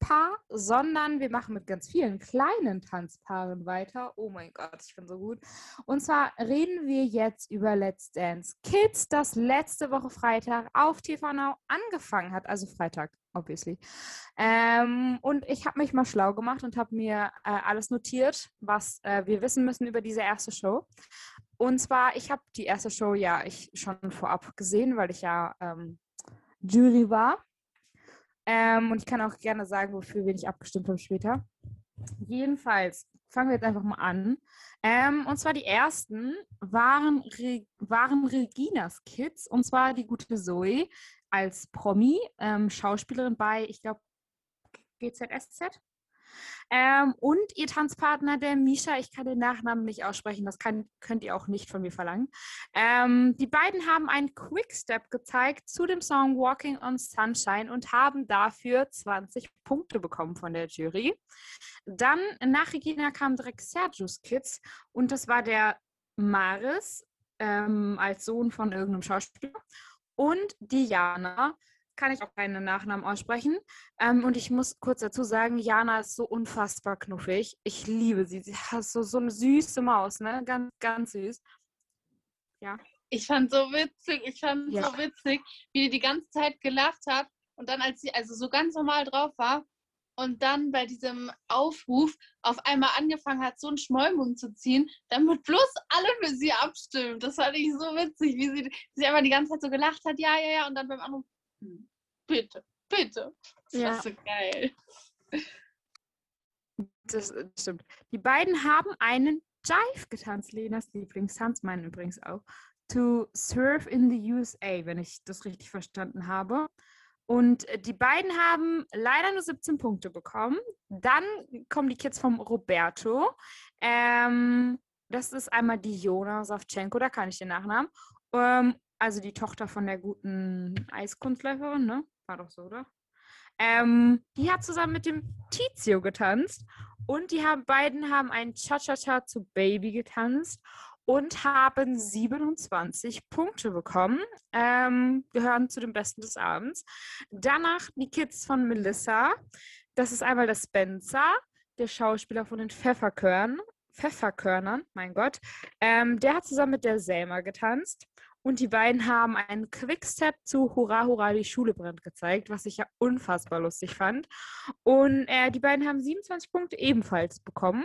Tanzpaar, sondern wir machen mit ganz vielen kleinen Tanzpaaren weiter. Oh mein Gott, ich bin so gut. Und zwar reden wir jetzt über Let's Dance Kids, das letzte Woche Freitag auf T V Now angefangen hat. Also Freitag, obviously. Ähm, und ich habe mich mal schlau gemacht und habe mir äh, alles notiert, was äh, wir wissen müssen über diese erste Show. Und zwar, ich habe die erste Show ja ich schon vorab gesehen, weil ich ja ähm, Jury war. Ähm, und ich kann auch gerne sagen, wofür wir nicht abgestimmt haben später. Jedenfalls fangen wir jetzt einfach mal an. Ähm, und zwar die ersten waren, Re- waren Reginas Kids. Und zwar die gute Zoe als Promi, ähm, Schauspielerin bei, ich glaube, G Z S Z. Ähm, und ihr Tanzpartner, der Misha, ich kann den Nachnamen nicht aussprechen, das kann, könnt ihr auch nicht von mir verlangen. Ähm, die beiden haben einen Quickstep gezeigt zu dem Song Walking on Sunshine und haben dafür zwanzig Punkte bekommen von der Jury. Dann nach Regina kamen direkt Sergius Kids und das war der Maris ähm, als Sohn von irgendeinem Schauspieler und Diana, kann ich auch keinen Nachnamen aussprechen. Ähm, und ich muss kurz dazu sagen, Jana ist so unfassbar knuffig. Ich liebe sie. Sie hat so, so eine süße Maus, ne? Ganz, ganz süß. Ja.
Ich fand so witzig, ich fand
Ja.
so witzig, wie die die ganze Zeit gelacht hat und dann, als sie also so ganz normal drauf war und dann bei diesem Aufruf auf einmal angefangen hat, so einen Schmollmund zu ziehen, damit bloß alle für sie abstimmen. Das fand ich so witzig, wie sie, sie einfach die ganze Zeit so gelacht hat, ja, ja, ja, und dann beim Anruf, bitte, bitte. Das
Ja.
war so geil.
Das stimmt. Die beiden haben einen Jive getanzt, Lenas Lieblingstanz, meinen übrigens auch, to Surf in the U S A, wenn ich das richtig verstanden habe. Und die beiden haben leider nur siebzehn Punkte bekommen. Dann kommen die Kids vom Roberto. Ähm, das ist einmal die Jona Savchenko, da kann ich den Nachnamen. Ähm, also die Tochter von der guten Eiskunstläuferin, ne? War doch so, oder? Ähm, die hat zusammen mit dem Tizio getanzt und die haben, beiden haben ein Cha-Cha-Cha zu Baby getanzt und haben siebenundzwanzig Punkte bekommen. Ähm, gehören zu den Besten des Abends. Danach die Kids von Melissa. Das ist einmal der Spencer, der Schauspieler von den Pfefferkörnern. Pfefferkörnern, mein Gott. Ähm, der hat zusammen mit der Selma getanzt. Und die beiden haben einen Quickstep zu Hurra, Hurra, die Schule brennt gezeigt, was ich ja unfassbar lustig fand. Und äh, die beiden haben siebenundzwanzig Punkte ebenfalls bekommen.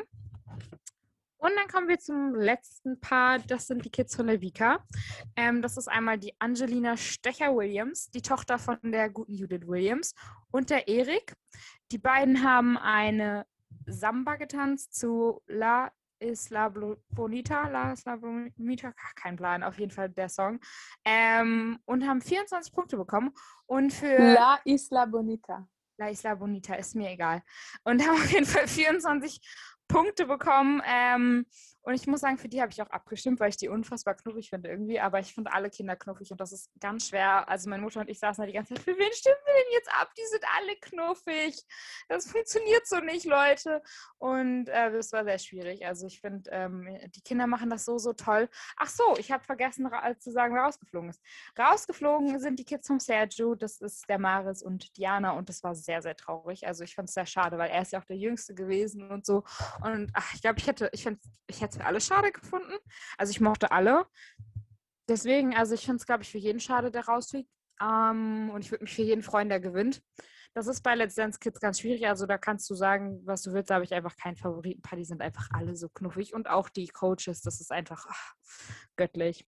Und dann kommen wir zum letzten Paar, das sind die Kids von der Vika. Ähm, das ist einmal die Angelina Stecher-Williams, die Tochter von der guten Judith Williams und der Erik. Die beiden haben eine Samba getanzt zu La Isla Bonita, La Isla Bonita, kein Plan, auf jeden Fall der Song. Ähm, und haben vierundzwanzig Punkte bekommen. Und für
La Isla Bonita.
La Isla Bonita ist mir egal. Und haben auf jeden Fall vierundzwanzig Punkte bekommen. Ähm, und ich muss sagen, für die habe ich auch abgestimmt, weil ich die unfassbar knuffig finde irgendwie. Aber ich finde alle Kinder knuffig und das ist ganz schwer. Also meine Mutter und ich saßen da die ganze Zeit, für wen stimmen wir denn jetzt ab? Die sind alle knuffig. Das funktioniert so nicht, Leute. Und äh, das war sehr schwierig. Also ich finde, ähm, die Kinder machen das so, so toll. Ach so, ich habe vergessen ra- zu sagen, wer rausgeflogen ist. Rausgeflogen sind die Kids vom Sergio. Das ist der Maris und Diana. Und das war sehr, sehr traurig. Also ich fand es sehr schade, weil er ist ja auch der Jüngste gewesen und so. Und ach, ich glaube, ich hätte ich find's, ich hätte es für alle schade gefunden. Also ich mochte alle. Deswegen, also ich finde es, glaube ich, für jeden schade, der rausfliegt. Ähm, und ich würde mich für jeden freuen, der gewinnt. Das ist bei Let's Dance Kids ganz schwierig. Also da kannst du sagen, was du willst, da habe ich einfach keinen Favoritenpaar. Die sind einfach alle so knuffig. Und auch die Coaches, das ist einfach ach, göttlich.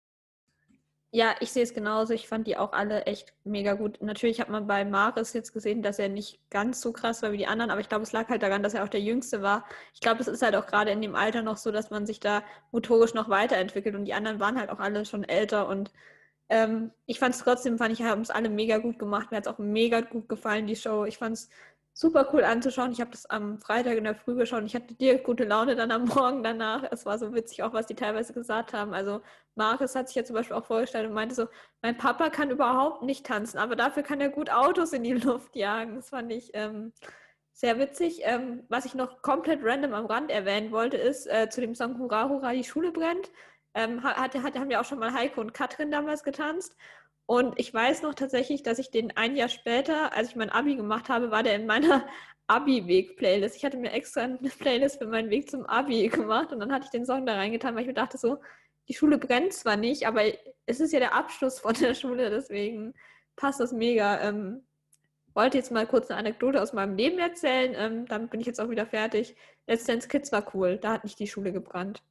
Ja, ich sehe es genauso. Ich fand die auch alle echt mega gut. Natürlich hat man bei Maris jetzt gesehen, dass er nicht ganz so krass war wie die anderen, aber ich glaube, es lag halt daran, dass er auch der Jüngste war. Ich glaube, es ist halt auch gerade in dem Alter noch so, dass man sich da motorisch noch weiterentwickelt und die anderen waren halt auch alle schon älter und ähm, ich fand es trotzdem, fand ich, haben es alle mega gut gemacht. Mir hat es auch mega gut gefallen, die Show. Ich fand es super cool anzuschauen. Ich habe das am Freitag in der Früh geschaut und ich hatte direkt gute Laune dann am Morgen danach. Es war so witzig auch, was die teilweise gesagt haben. Also Markus hat sich ja zum Beispiel auch vorgestellt und meinte so, mein Papa kann überhaupt nicht tanzen, aber dafür kann er gut Autos in die Luft jagen. Das fand ich ähm, sehr witzig. Ähm, was ich noch komplett random am Rand erwähnen wollte, ist äh, zu dem Song Hurra, Hurra, die Schule brennt. Ähm, hatte, hatte, haben ja auch schon mal Heiko und Katrin damals getanzt. Und ich weiß noch tatsächlich, dass ich den ein Jahr später, als ich mein Abi gemacht habe, war der in meiner Abi-Weg-Playlist. Ich hatte mir extra eine Playlist für meinen Weg zum Abi gemacht und dann hatte ich den Song da reingetan, weil ich mir dachte so, die Schule brennt zwar nicht, aber es ist ja der Abschluss von der Schule, deswegen passt das mega. Ähm, wollte jetzt mal kurz eine Anekdote aus meinem Leben erzählen, ähm, damit bin ich jetzt auch wieder fertig. Let's Dance Kids war cool, da hat nicht die Schule gebrannt.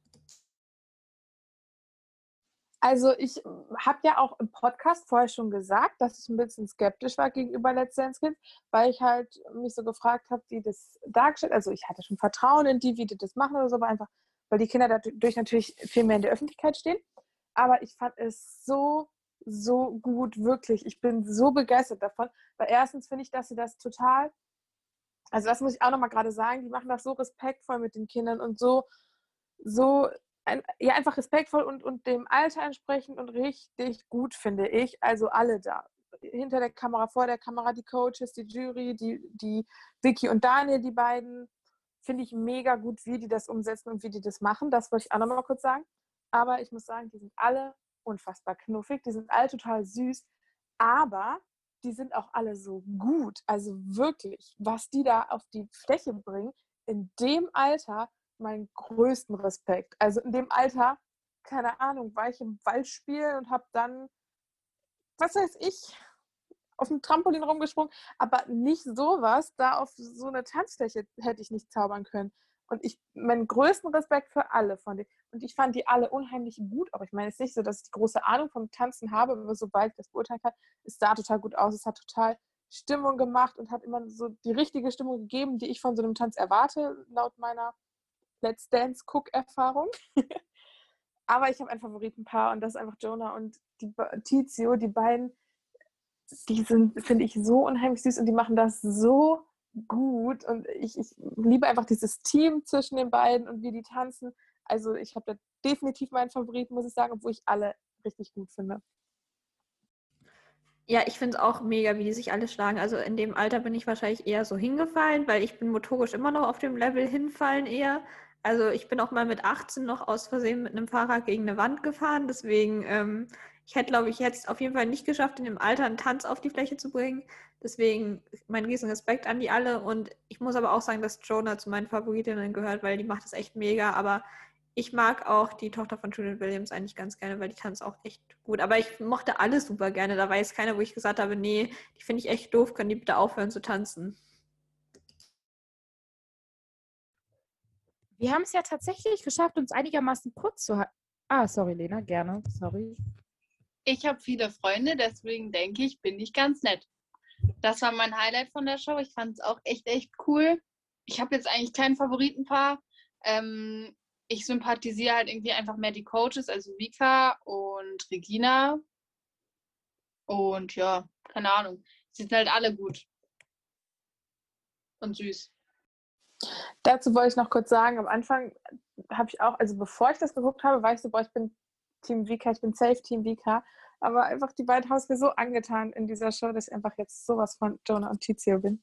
Also ich habe ja auch im Podcast vorher schon gesagt, dass ich ein bisschen skeptisch war gegenüber Let's Dance Kids, weil ich halt mich so gefragt habe, wie das dargestellt, also ich hatte schon Vertrauen in die, wie die das machen oder so, aber einfach, weil die Kinder dadurch natürlich viel mehr in der Öffentlichkeit stehen. Aber ich fand es so, so gut, wirklich. Ich bin so begeistert davon, weil erstens finde ich, dass sie das total, also das muss ich auch nochmal gerade sagen, die machen das so respektvoll mit den Kindern und so, so ein, ja, einfach respektvoll und, und dem Alter entsprechend und richtig gut, finde ich. Also alle da. Hinter der Kamera, vor der Kamera, die Coaches, die Jury, die, die Vicky und Daniel, die beiden, finde ich mega gut, wie die das umsetzen und wie die das machen. Das wollte ich auch nochmal kurz sagen. Aber ich muss sagen, die sind alle unfassbar knuffig, die sind alle total süß, aber die sind auch alle so gut. Also wirklich, was die da auf die Fläche bringen, in dem Alter, meinen größten Respekt. Also in dem Alter, keine Ahnung, war ich im Wald spielen und habe dann, was weiß ich, auf dem Trampolin rumgesprungen, aber nicht sowas, da auf so eine Tanzfläche hätte ich nicht zaubern können. Und ich, meinen größten Respekt für alle von denen. Und ich fand die alle unheimlich gut, aber ich meine, es ist nicht so, dass ich die große Ahnung vom Tanzen habe, aber sobald ich das beurteilen kann, es sah total gut aus, es hat total Stimmung gemacht und hat immer so die richtige Stimmung gegeben, die ich von so einem Tanz erwarte, laut meiner Let's Dance Cook-Erfahrung. Aber ich habe ein Favoritenpaar und das ist einfach Jonah und die Tizio, die beiden, die sind, finde ich, so unheimlich süß und die machen das so gut und ich, ich liebe einfach dieses Team zwischen den beiden und wie die tanzen. Also ich habe da definitiv meinen Favoriten, muss ich sagen, obwohl ich alle richtig gut finde.
Ja, ich finde es auch mega, wie die sich alle schlagen. Also in dem Alter bin ich wahrscheinlich eher so hingefallen, weil ich bin motorisch immer noch auf dem Level hinfallen eher. Also ich bin auch mal mit achtzehn noch aus Versehen mit einem Fahrrad gegen eine Wand gefahren. Deswegen, ähm, ich hätte, glaube ich, jetzt auf jeden Fall nicht geschafft, in dem Alter einen Tanz auf die Fläche zu bringen. Deswegen mein riesen Respekt an die alle. Und ich muss aber auch sagen, dass Jonah zu meinen Favoritinnen gehört, weil die macht das echt mega. Aber ich mag auch die Tochter von Julian Williams eigentlich ganz gerne, weil die tanzt auch echt gut. Aber ich mochte alle super gerne. Da war jetzt keiner, wo ich gesagt habe, nee, die finde ich echt doof, können die bitte aufhören zu tanzen.
Wir haben es ja tatsächlich geschafft, uns einigermaßen kurz zu halten. Ah, sorry, Lena, gerne. Sorry.
Ich habe viele Freunde, deswegen denke ich, bin ich ganz nett. Das war mein Highlight von der Show. Ich fand es auch echt, echt cool. Ich habe jetzt eigentlich kein Favoritenpaar. Ähm, ich sympathisiere halt irgendwie einfach mehr die Coaches, also Vika und Regina. Und ja, keine Ahnung. Sie sind halt alle gut. Und süß.
Dazu wollte ich noch kurz sagen, am Anfang habe ich auch, also bevor ich das geguckt habe, war ich so, boah, ich bin Team Vika, ich bin safe Team Vika, aber einfach die beiden haben es mir so angetan in dieser Show, dass ich einfach jetzt sowas von Jonah und Tizio bin.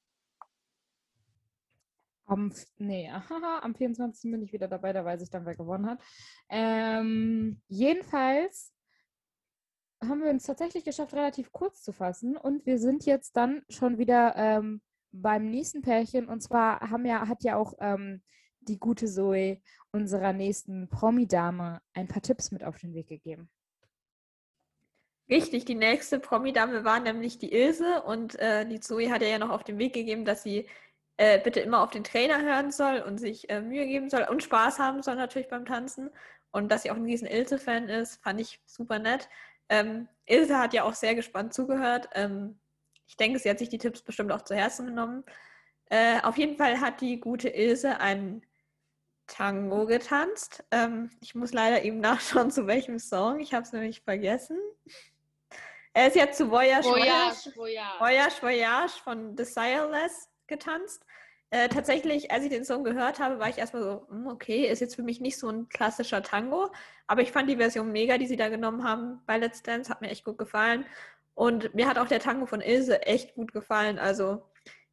Am, nee, aha, am vierundzwanzigsten bin ich wieder dabei, da weiß ich dann, wer gewonnen hat. Ähm, jedenfalls haben wir uns tatsächlich geschafft, relativ kurz zu fassen und wir sind jetzt dann schon wieder ähm, beim nächsten Pärchen und zwar haben ja, hat ja auch ähm, die gute Zoe unserer nächsten Promi-Dame ein paar Tipps mit auf den Weg gegeben.
Richtig, die nächste Promi-Dame war nämlich die Ilse und äh, die Zoe hat ja noch auf den Weg gegeben, dass sie äh, bitte immer auf den Trainer hören soll und sich äh, Mühe geben soll und Spaß haben soll natürlich beim Tanzen und dass sie auch ein riesen Ilse-Fan ist, fand ich super nett. Ähm, Ilse hat ja auch sehr gespannt zugehört. Ähm, ich denke, sie hat sich die Tipps bestimmt auch zu Herzen genommen. Äh, auf jeden Fall hat die gute Ilse einen Tango getanzt. Ähm, ich muss leider eben nachschauen, zu welchem Song. Ich habe es nämlich vergessen. Er ist jetzt zu Voyage,
Voyage,
Voyage,
Voyage.
Voyage, Voyage von Desireless getanzt. Äh, tatsächlich, als ich den Song gehört habe, war ich erstmal so, hm, okay, ist jetzt für mich nicht so ein klassischer Tango, aber ich fand die Version mega, die sie da genommen haben bei Let's Dance, hat mir echt gut gefallen. Und mir hat auch der Tango von Ilse echt gut gefallen. Also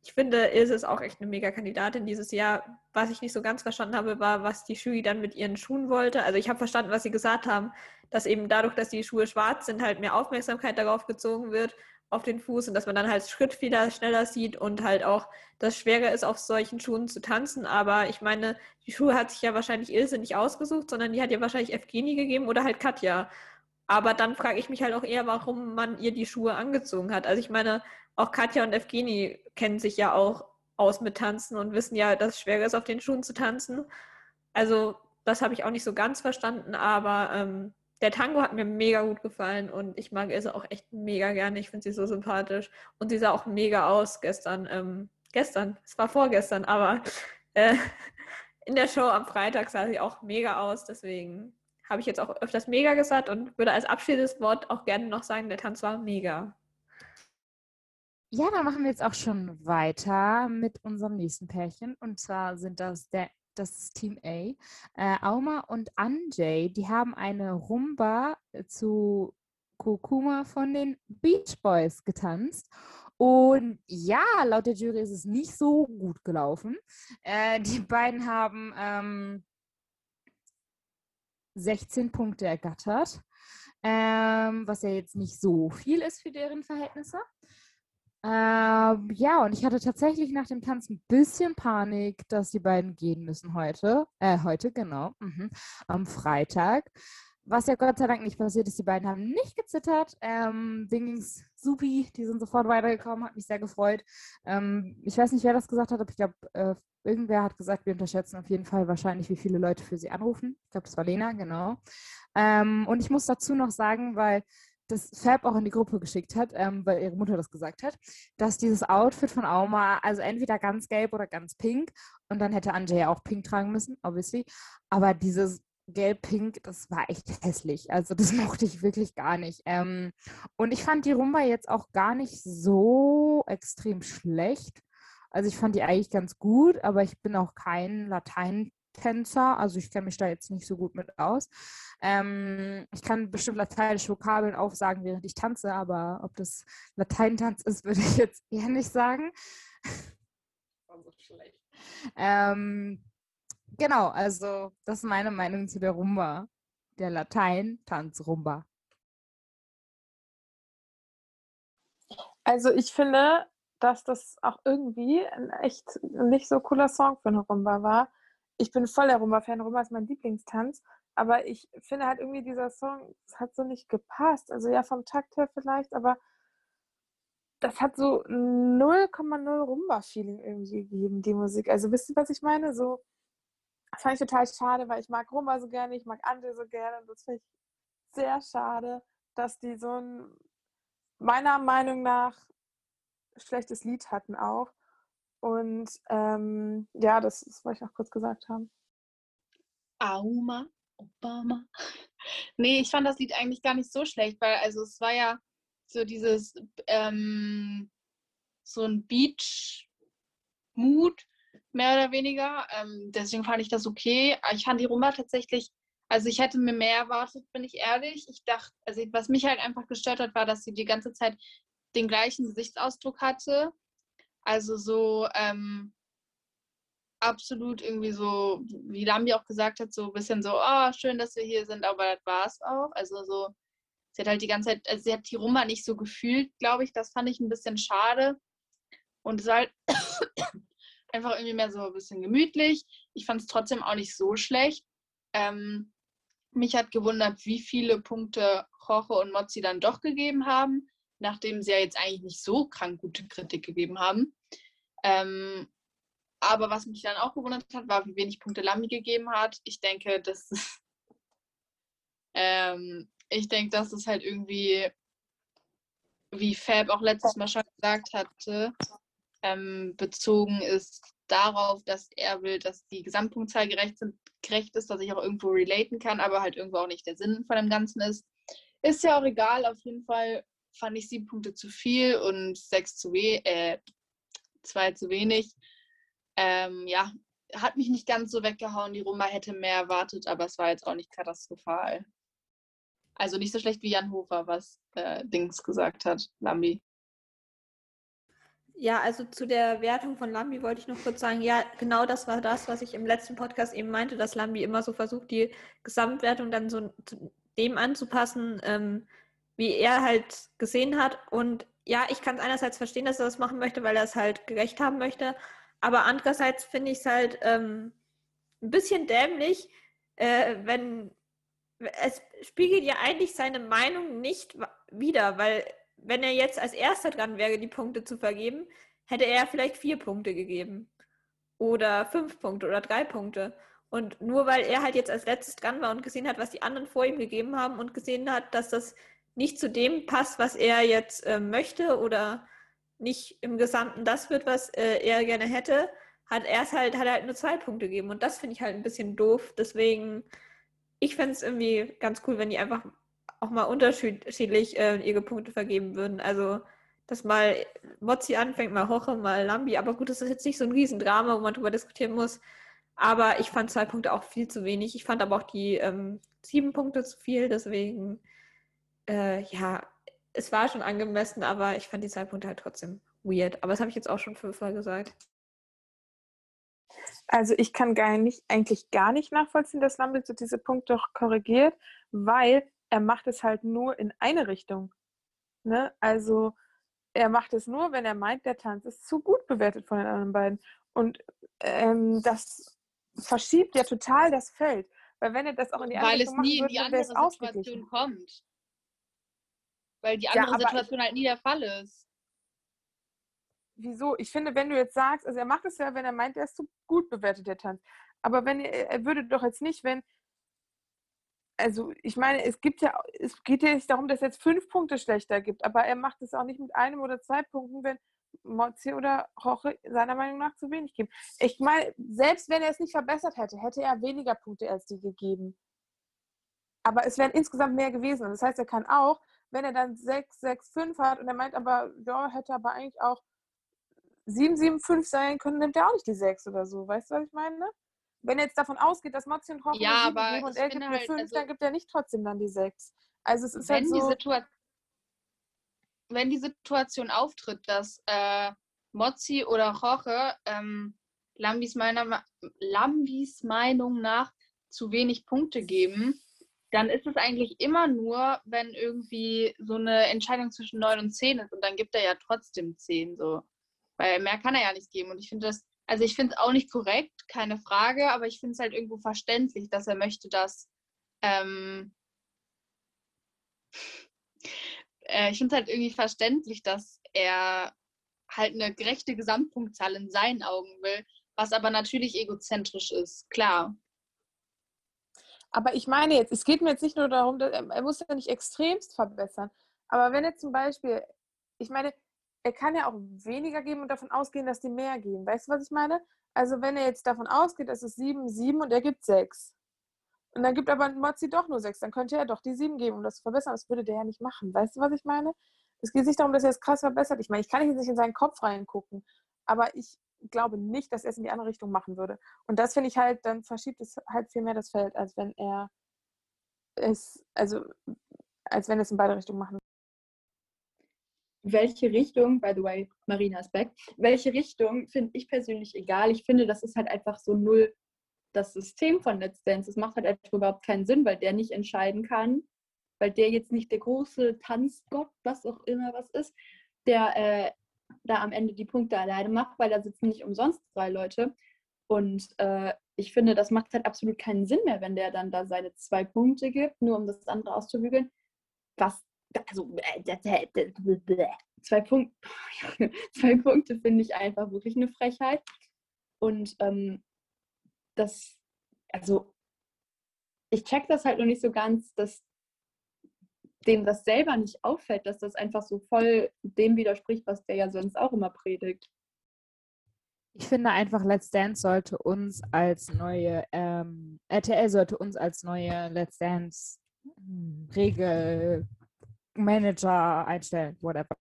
ich finde, Ilse ist auch echt eine Mega-Kandidatin dieses Jahr. Was ich nicht so ganz verstanden habe, war, was die Jury dann mit ihren Schuhen wollte. Also ich habe verstanden, was sie gesagt haben, dass eben dadurch, dass die Schuhe schwarz sind, halt mehr Aufmerksamkeit darauf gezogen wird, auf den Fuß und dass man dann halt Schrittfehler schneller sieht und halt auch, dass es schwerer ist, auf solchen Schuhen zu tanzen. Aber ich meine, die Schuhe hat sich ja wahrscheinlich Ilse nicht ausgesucht, sondern die hat ja wahrscheinlich Evgeni gegeben oder halt Katja. Aber dann frage ich mich halt auch eher, warum man ihr die Schuhe angezogen hat. Also ich meine, auch Katja und Evgeni kennen sich ja auch aus mit Tanzen und wissen ja, dass es schwerer ist, auf den Schuhen zu tanzen. Also das habe ich auch nicht so ganz verstanden, aber ähm, der Tango hat mir mega gut gefallen und ich mag Ilse auch echt mega gerne. Ich finde sie so sympathisch und sie sah auch mega aus gestern. Ähm, gestern, es war vorgestern, aber äh, in der Show am Freitag sah sie auch mega aus. Deswegen habe ich jetzt auch öfters mega gesagt und würde als Abschiedswort auch gerne noch sagen, der Tanz war mega.
Ja, dann machen wir jetzt auch schon weiter mit unserem nächsten Pärchen. Und zwar sind das der, das Team A. Äh, Auma und Anjay, die haben eine Rumba zu Kurkuma von den Beach Boys getanzt. Und ja, laut der Jury ist es nicht so gut gelaufen. Äh, die beiden haben ähm, sechzehn Punkte ergattert, ähm, was ja jetzt nicht so viel ist für deren Verhältnisse. Ähm, ja, und ich hatte tatsächlich nach dem Tanz ein bisschen Panik, dass die beiden gehen müssen heute. Äh, heute, genau. Mhm, am Freitag. Was ja Gott sei Dank nicht passiert ist. Die beiden haben nicht gezittert. Ähm, denen ging es supi. Die sind sofort weitergekommen. Hat mich sehr gefreut. Ähm, ich weiß nicht, wer das gesagt hat, aber ich glaube, äh, irgendwer hat gesagt, wir unterschätzen auf jeden Fall wahrscheinlich, wie viele Leute für sie anrufen. Ich glaube, das war Lena, genau. Ähm, und ich muss dazu noch sagen, weil das Fab auch in die Gruppe geschickt hat, ähm, weil ihre Mutter das gesagt hat, dass dieses Outfit von Auma, also entweder ganz gelb oder ganz pink, und dann hätte Anjay ja auch pink tragen müssen, obviously, aber dieses gelb-pink, das war echt hässlich, also das mochte ich wirklich gar nicht. Ähm, und ich fand die Rumba jetzt auch gar nicht so extrem schlecht, also ich fand die eigentlich ganz gut, aber ich bin auch kein Latein Tänzer, also ich kenne mich da jetzt nicht so gut mit aus. Ähm, ich kann bestimmt lateinische Vokabeln aufsagen, während ich tanze, aber ob das Lateintanz ist, würde ich jetzt eher nicht sagen. Das war so schlecht. Ähm, genau, also das ist meine Meinung zu der Rumba, der Latein-Tanz-Rumba.
Also ich finde, dass das auch irgendwie ein echt nicht so cooler Song für eine Rumba war. Ich bin voll der Rumba-Fan, Rumba ist mein Lieblingstanz, aber ich finde halt irgendwie dieser Song, das hat so nicht gepasst. Also ja, vom Takt her vielleicht, aber das hat so null Komma null Rumba-Feeling irgendwie gegeben, die Musik. Also wisst ihr, was ich meine? So, das fand ich total schade, weil ich mag Rumba so gerne, ich mag Ande so gerne und das finde ich sehr schade, dass die so ein, meiner Meinung nach, schlechtes Lied hatten auch. Und ähm, ja, das, das wollte ich noch kurz gesagt haben.
Auma, Obama. Nee, ich fand das Lied eigentlich gar nicht so schlecht, weil also es war ja so dieses ähm, so ein Beach-Mood, mehr oder weniger. Ähm, deswegen fand ich das okay. Ich fand die Rumba tatsächlich, also ich hätte mir mehr erwartet, bin ich ehrlich. Ich dachte, also was mich halt einfach gestört hat, war, dass sie die ganze Zeit den gleichen Gesichtsausdruck hatte. Also so ähm, absolut irgendwie so, wie Lambi auch gesagt hat, so ein bisschen so, oh, schön, dass wir hier sind, aber das war es auch. Also so, sie hat halt die ganze Zeit, also sie hat die Rumba nicht so gefühlt, glaube ich. Das fand ich ein bisschen schade. Und es war halt einfach irgendwie mehr so ein bisschen gemütlich. Ich fand es trotzdem auch nicht so schlecht. Ähm, mich hat gewundert, wie viele Punkte Jorge und Mozzi dann doch gegeben haben, nachdem sie ja jetzt eigentlich nicht so krank gute Kritik gegeben haben. Ähm, aber was mich dann auch gewundert hat, war, wie wenig Punkte Lambi gegeben hat. Ich denke, das ähm, ich denke, dass es halt irgendwie, wie Fab auch letztes Mal schon gesagt hatte, ähm, bezogen ist darauf, dass er will, dass die Gesamtpunktzahl gerecht, sind, gerecht ist, dass ich auch irgendwo relaten kann, aber halt irgendwo auch nicht der Sinn von dem Ganzen ist. Ist ja auch egal, auf jeden Fall fand ich sieben Punkte zu viel und sechs zu we äh, zwei zu wenig. Ähm, ja, hat mich nicht ganz so weggehauen. Die Rumba hätte mehr erwartet, aber es war jetzt auch nicht katastrophal. Also nicht so schlecht wie Jan Hofer, was äh, Dings gesagt hat, Lambi.
Ja, also zu der Wertung von Lambi wollte ich noch kurz sagen, ja, genau das war das, was ich im letzten Podcast eben meinte, dass Lambi immer so versucht, die Gesamtwertung dann so zu dem anzupassen, ähm, wie er halt gesehen hat. Und ja, ich kann es einerseits verstehen, dass er das machen möchte, weil er es halt gerecht haben möchte. Aber andererseits finde ich es halt ähm, ein bisschen dämlich, äh, wenn es spiegelt ja eigentlich seine Meinung nicht wa- wider, weil wenn er jetzt als Erster dran wäre, die Punkte zu vergeben, hätte er vielleicht vier Punkte gegeben. Oder fünf Punkte oder drei Punkte. Und nur weil er halt jetzt als letztes dran war und gesehen hat, was die anderen vor ihm gegeben haben und gesehen hat, dass das nicht zu dem passt, was er jetzt äh, möchte oder nicht im Gesamten das wird, was äh, er gerne hätte, hat er es halt, hat er halt nur zwei Punkte gegeben. Und das finde ich halt ein bisschen doof. Deswegen, ich fände es irgendwie ganz cool, wenn die einfach auch mal unterschiedlich äh, ihre Punkte vergeben würden. Also, dass mal Mozzi anfängt, mal Hoche, mal Lambi. Aber gut, das ist jetzt nicht so ein Riesendrama, wo man drüber diskutieren muss. Aber ich fand zwei Punkte auch viel zu wenig. Ich fand aber auch die ähm, sieben Punkte zu viel. Deswegen, äh, ja, es war schon angemessen, aber ich fand die zwei Punkte halt trotzdem weird. Aber das habe ich jetzt auch schon fünfmal gesagt.
Also ich kann gar nicht, eigentlich gar nicht nachvollziehen, dass Lambert so diese Punkte doch korrigiert, weil er macht es halt nur in eine Richtung. Ne? Also er macht es nur, wenn er meint, der Tanz ist zu gut bewertet von den anderen beiden. Und ähm, das verschiebt ja total das Feld. Weil wenn er das auch in die andere
Weil es
Richtung machen
nie in
würde,
die
dann wäre
andere
es ausgeglichen.
Situation kommt. Weil die
Ja,
andere
aber ich,
Situation halt nie der Fall ist.
wieso? Ich finde, wenn du jetzt sagst, also er macht es ja, wenn er meint, er ist zu gut bewertet, der Tanz. Aber wenn er, er würde doch jetzt nicht, wenn, also ich meine, es gibt ja, es geht ja nicht darum, dass es jetzt fünf Punkte schlechter gibt, aber er macht es auch nicht mit einem oder zwei Punkten, wenn Mozzi oder Roche seiner Meinung nach zu wenig geben. Ich meine, selbst wenn er es nicht verbessert hätte, hätte er weniger Punkte als die gegeben. Aber es wären insgesamt mehr gewesen. Und das heißt, er kann auch, wenn er dann sechs, sechs, fünf hat und er meint aber, ja, hätte aber eigentlich auch sieben, sieben, fünf sein können, nimmt er auch nicht die sechs oder so. Weißt du, was ich meine? Wenn er jetzt davon ausgeht, dass Mozzi und Roche
Ja,
eine sieben
aber
geben und
ich
er
finde
gibt eine
halt,
fünf,
also
dann gibt er nicht trotzdem dann die sechs. Also es ist halt
wenn die
so,
Situation, wenn die Situation auftritt, dass äh, Mozzi oder Roche ähm, Lambis, meiner, Lambis Meinung nach zu wenig Punkte geben, dann ist es eigentlich immer nur, wenn irgendwie so eine Entscheidung zwischen neun und zehn ist und dann gibt er ja trotzdem zehn so. Weil mehr kann er ja nicht geben. Und ich finde das, also ich finde es auch nicht korrekt, keine Frage, aber ich finde es halt irgendwo verständlich, dass er möchte, dass ähm, äh, ich finde es halt irgendwie verständlich, dass er halt eine gerechte Gesamtpunktzahl in seinen Augen will, was aber natürlich egozentrisch ist, klar.
aber ich meine jetzt, es geht mir jetzt nicht nur darum, dass er, er muss ja nicht extremst verbessern. Aber wenn er zum Beispiel, ich meine, er kann ja auch weniger geben und davon ausgehen, dass die mehr geben. Weißt du, was ich meine? Also wenn er jetzt davon ausgeht, dass es sieben, sieben und er gibt sechs. Und dann gibt aber Mozzi doch nur sechs, dann könnte er doch die sieben geben, um das zu verbessern. Das würde der ja nicht machen. Weißt du, was ich meine? Es geht nicht darum, dass er es krass verbessert. Ich meine, ich kann jetzt nicht in seinen Kopf reingucken, aber ich glaube nicht, dass er es in die andere Richtung machen würde. Und das finde ich halt, dann verschiebt es halt viel mehr das Feld, als wenn er es, also als wenn es in beide Richtungen machen.
Welche Richtung, by the way, Marinas back, welche Richtung finde ich persönlich egal. Ich finde, das ist halt einfach so null das System von Let's Dance. Das macht halt einfach überhaupt keinen Sinn, weil der nicht entscheiden kann, weil der jetzt nicht der große Tanzgott, was auch immer was ist, der äh, da am Ende die Punkte alleine macht, weil da sitzen nicht umsonst drei Leute. Und äh, ich finde, das macht halt absolut keinen Sinn mehr, wenn der dann da seine zwei Punkte gibt, nur um das andere auszubügeln. Was, also, äh, zwei Punkte, zwei Punkte finde ich einfach wirklich eine Frechheit. Und ähm, das, also, ich check das halt noch nicht so ganz, dass dem das selber nicht auffällt, dass das einfach so voll dem widerspricht, was der ja sonst auch immer predigt.
Ich finde einfach, Let's Dance sollte uns als neue, ähm, R T L sollte uns als neue Let's Dance hm, Regelmanager einstellen, whatever.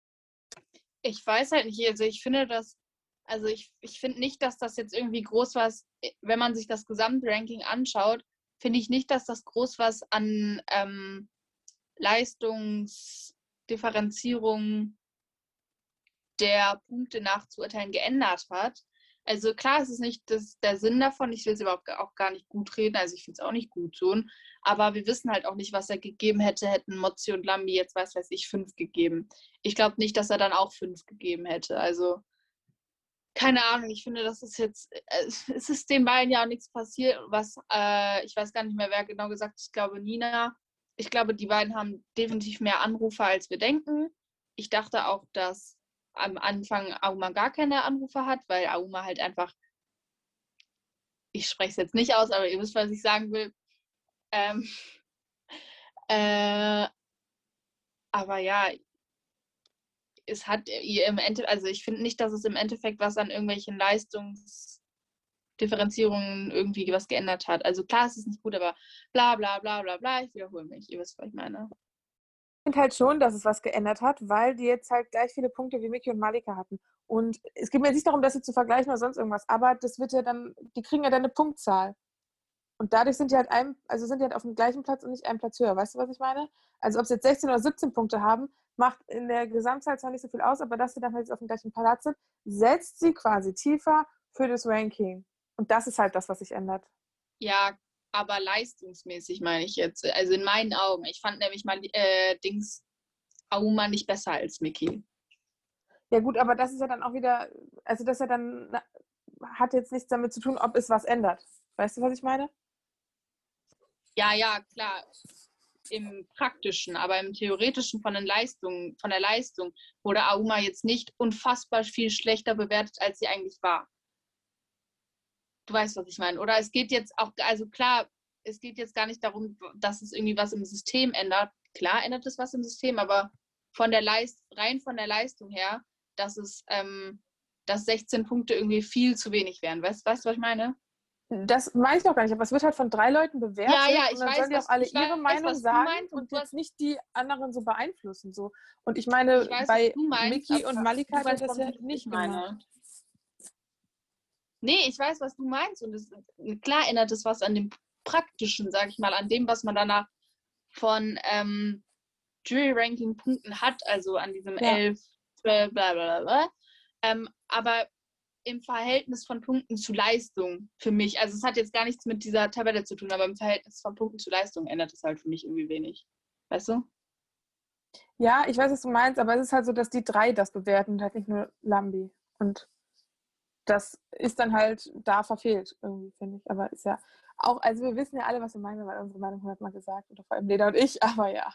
Ich weiß halt nicht, also ich finde das, also ich, ich finde nicht, dass das jetzt irgendwie groß was, wenn man sich das Gesamtranking anschaut, finde ich nicht, dass das groß was an ähm, Leistungsdifferenzierung der Punkte nach zu urteilen geändert hat. Also klar, es ist nicht das, der Sinn davon, ich will es überhaupt auch gar nicht gut reden, also ich finde es auch nicht gut so, aber wir wissen halt auch nicht, was er gegeben hätte, hätten Mozzi und Lambi jetzt, was weiß ich, fünf gegeben. Ich glaube nicht, dass er dann auch fünf gegeben hätte, also keine Ahnung, ich finde, das ist jetzt, es ist den beiden ja auch nichts passiert, was, äh, ich weiß gar nicht mehr, wer genau gesagt hat, ich glaube Nina, ich glaube, die beiden haben definitiv mehr Anrufe, als wir denken. Ich dachte auch, dass am Anfang Auma gar keine Anrufe hat, weil Auma halt einfach, ich spreche es jetzt nicht aus, aber ihr wisst, was ich sagen will. Ähm, äh, aber ja, es hat ihr im Endeffekt, also ich finde nicht, dass es im Endeffekt was an irgendwelchen Leistungsdifferenzierungen irgendwie was geändert hat. Also klar, es ist nicht gut, aber bla bla bla bla bla, ich wiederhole mich, ihr wisst, was ich meine.
Ich finde halt schon, dass es was geändert hat, weil die jetzt halt gleich viele Punkte wie Miki und Malika hatten. Und es geht mir jetzt nicht darum, das sie zu vergleichen oder sonst irgendwas, aber das wird ja dann, die kriegen ja dann eine Punktzahl. Und dadurch sind die halt ein, also sind die halt auf dem gleichen Platz und nicht einen Platz höher. Weißt du, was ich meine? Also ob sie jetzt sechzehn oder siebzehn Punkte haben, macht in der Gesamtzahl zwar nicht so viel aus, aber dass sie dann halt auf dem gleichen Platz sind, setzt sie quasi tiefer für das Ranking. Und das ist halt das, was sich ändert.
Ja, aber leistungsmäßig meine ich jetzt. Also in meinen Augen. Ich fand nämlich mal äh, Dings Auma nicht besser als Miki.
Ja gut, aber das ist ja dann auch wieder, also das ja dann hat jetzt nichts damit zu tun, ob es was ändert. Weißt du, was ich meine?
Ja, ja, klar. Im Praktischen, aber im Theoretischen von den Leistungen, von der Leistung wurde Auma jetzt nicht unfassbar viel schlechter bewertet, als sie eigentlich war. Du weißt, was ich meine. Oder es geht jetzt auch, also klar, es geht jetzt gar nicht darum, dass es irgendwie was im System ändert. Klar ändert es was im System, aber von der Leist rein von der Leistung her, dass es, ähm, dass sechzehn Punkte irgendwie viel zu wenig wären. Weißt, weißt du, was ich meine?
Das meine ich auch gar nicht, aber es wird halt von drei Leuten bewertet.
Ja, ja, ich
und dann
weiß,
sollen die
was,
auch alle
ich
ihre
weiß,
Meinung
was du
sagen
meinst
und,
und du
jetzt
hast,
nicht die anderen so beeinflussen. So. Und ich meine,
ich weiß,
bei
was du meinst,
Miki
aber
und Malika
du
hat er
weißt,
das ja
was ich
nicht
meine.
gemacht.
Nee, ich weiß, was du meinst. Und es, klar ändert es was an dem Praktischen, sag ich mal, an dem, was man danach von ähm, Jury-Ranking-Punkten hat, also an diesem
Ja.
elf, zwölf, bla bla bla. Ähm, aber im Verhältnis von Punkten zu Leistung für mich, also es hat jetzt gar nichts mit dieser Tabelle zu tun, aber im Verhältnis von Punkten zu Leistung ändert es halt für mich irgendwie wenig. Weißt du?
Ja, ich weiß, was du meinst, aber es ist halt so, dass die drei das bewerten und halt nicht nur Lambi. Und das ist dann halt da verfehlt, irgendwie, finde ich. Aber ist ja auch, also wir wissen ja alle, was wir meinen, weil unsere Meinung hundertmal gesagt, oder vor allem Leda und ich, aber ja.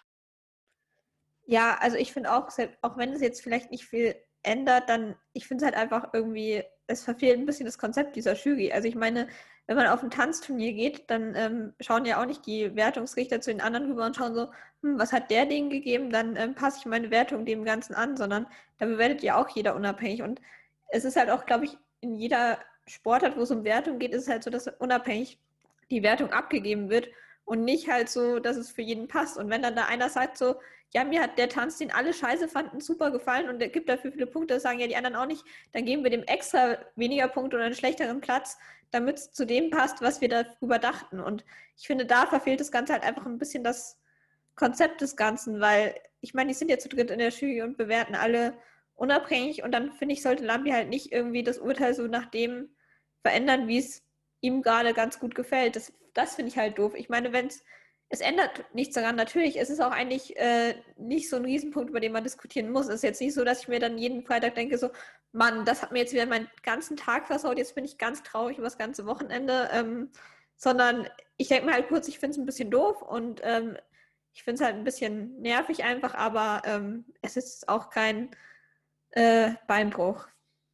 Ja, also ich finde auch, auch wenn es jetzt vielleicht nicht viel ändert, dann, ich finde es halt einfach irgendwie, es verfehlt ein bisschen das Konzept dieser Jury. Also ich meine, wenn man auf ein Tanzturnier geht, dann ähm, schauen ja auch nicht die Wertungsrichter zu den anderen rüber und schauen so, hm, was hat der denen gegeben, dann ähm, passe ich meine Wertung dem Ganzen an, sondern da bewertet ja auch jeder unabhängig. Und es ist halt auch, glaube ich, in jeder Sportart, wo es um Wertung geht, ist es halt so, dass unabhängig die Wertung abgegeben wird und nicht halt so, dass es für jeden passt. Und wenn dann da einer sagt so, ja, mir hat der Tanz, den alle scheiße fanden, super gefallen und der gibt dafür viele Punkte, das sagen ja die anderen auch nicht, dann geben wir dem extra weniger Punkte oder einen schlechteren Platz, damit es zu dem passt, was wir darüber dachten. Und ich finde, da verfehlt das Ganze halt einfach ein bisschen das Konzept des Ganzen, weil, ich meine, die sind ja zu dritt in der Jury und bewerten alle unabhängig und dann, finde ich, sollte Lambi halt nicht irgendwie das Urteil so nach dem verändern, wie es ihm gerade ganz gut gefällt. Das, das finde ich halt doof. Ich meine, wenn es Es ändert nichts daran. Natürlich, es ist auch eigentlich äh, nicht so ein Riesenpunkt, über den man diskutieren muss. Es ist jetzt nicht so, dass ich mir dann jeden Freitag denke, so, Mann, das hat mir jetzt wieder meinen ganzen Tag versaut, jetzt bin ich ganz traurig über das ganze Wochenende. Ähm, sondern ich denke mir halt kurz, ich finde es ein bisschen doof und ähm, ich finde es halt ein bisschen nervig einfach, aber ähm, es ist auch kein äh, Beinbruch.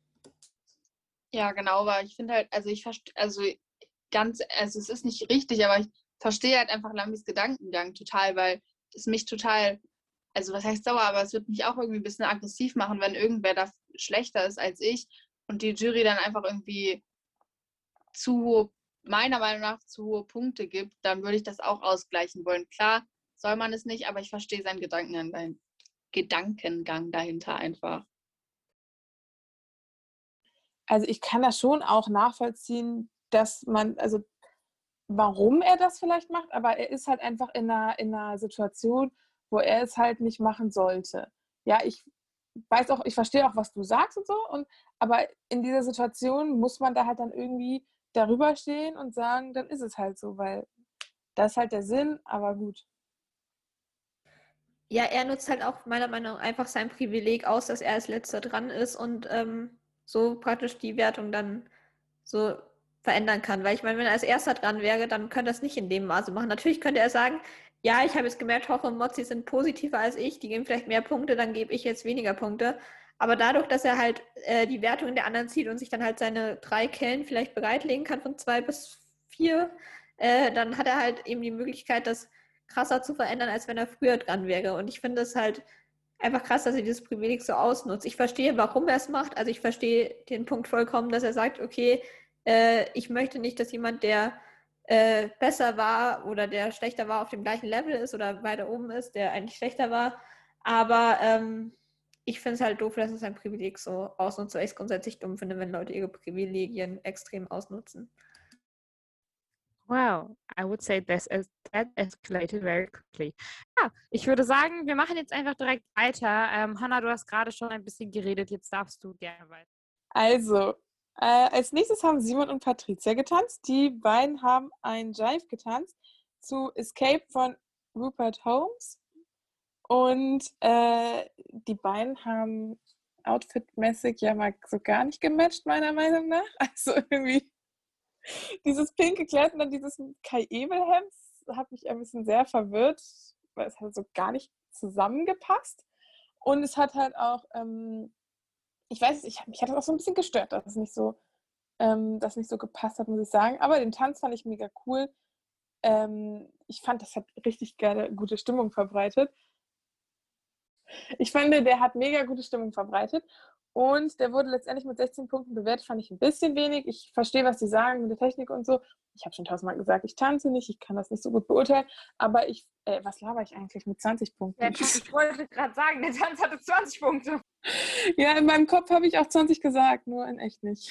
Ja, genau, aber ich finde halt, also ich verstehe, also ganz, also es ist nicht richtig, aber ich verstehe halt einfach Lambis Gedankengang total, weil es mich total, also was heißt sauer, aber es wird mich auch irgendwie ein bisschen aggressiv machen, wenn irgendwer da schlechter ist als ich und die Jury dann einfach irgendwie zu hohe, meiner Meinung nach zu hohe Punkte gibt, dann würde ich das auch ausgleichen wollen. Klar soll man es nicht, aber ich verstehe seinen Gedankengang, dahin, Gedankengang dahinter einfach.
Also ich kann das schon auch nachvollziehen, dass man, also warum er das vielleicht macht, aber er ist halt einfach in einer, in einer Situation, wo er es halt nicht machen sollte. Ja, ich weiß auch, ich verstehe auch, was du sagst und so, und aber in dieser Situation muss man da halt dann irgendwie darüber stehen und sagen, dann ist es halt so, weil das ist halt der Sinn, aber gut.
Ja, er nutzt halt auch meiner Meinung nach einfach sein Privileg aus, dass er als letzter dran ist und ähm, so praktisch die Wertung dann so verändern kann. Weil ich meine, wenn er als erster dran wäre, dann könnte er es nicht in dem Maße machen. Natürlich könnte er sagen, ja, ich habe jetzt gemerkt, Jorge und Mozzi sind positiver als ich, die geben vielleicht mehr Punkte, dann gebe ich jetzt weniger Punkte. Aber dadurch, dass er halt äh, die Wertung der anderen zieht und sich dann halt seine drei Kellen vielleicht bereitlegen kann von zwei bis vier, äh, dann hat er halt eben die Möglichkeit, das krasser zu verändern, als wenn er früher dran wäre. Und ich finde es halt einfach krass, dass er dieses Privileg so ausnutzt. Ich verstehe, warum er es macht. Also ich verstehe den Punkt vollkommen, dass er sagt, okay, äh, ich möchte nicht, dass jemand, der äh, besser war oder der schlechter war, auf dem gleichen Level ist oder weiter oben ist, der eigentlich schlechter war. Aber ähm, ich finde es halt doof, dass er sein Privileg so ausnutzt, weil ich es grundsätzlich dumm finde, wenn Leute ihre Privilegien extrem ausnutzen.
Wow, I would say this is, that escalated very quickly. Ja, ich würde sagen, wir machen jetzt einfach direkt weiter. Ähm, Hannah, du hast gerade schon ein bisschen geredet, jetzt darfst du gerne weiter.
Also, äh, als nächstes haben Simon und Patricia getanzt. Die beiden haben einen Jive getanzt zu Escape von Rupert Holmes. Und äh, die beiden haben outfitmäßig ja mal so gar nicht gematcht, meiner Meinung nach. Also irgendwie dieses pinke Kleid und dann dieses Kai-Ebel-Hemd hat mich ein bisschen sehr verwirrt, weil es halt so gar nicht zusammengepasst. Und es hat halt auch, ähm, ich weiß, ich, mich hat das auch so ein bisschen gestört, dass es nicht so, ähm, das nicht so gepasst hat, muss ich sagen. Aber den Tanz fand ich mega cool. Ähm, ich fand, das hat richtig geile, gute Stimmung verbreitet. Ich fand, der hat mega gute Stimmung verbreitet. Und der wurde letztendlich mit sechzehn Punkten bewertet, fand ich ein bisschen wenig. Ich verstehe, was die sagen mit der Technik und so. Ich habe schon tausendmal gesagt, ich tanze nicht, ich kann das nicht so gut beurteilen. Aber ich, äh, was laber ich eigentlich mit zwanzig Punkten?
Ja, ich wollte gerade sagen, der Tanz hatte zwanzig Punkte.
Ja, in meinem Kopf habe ich auch zwanzig gesagt, nur in echt nicht.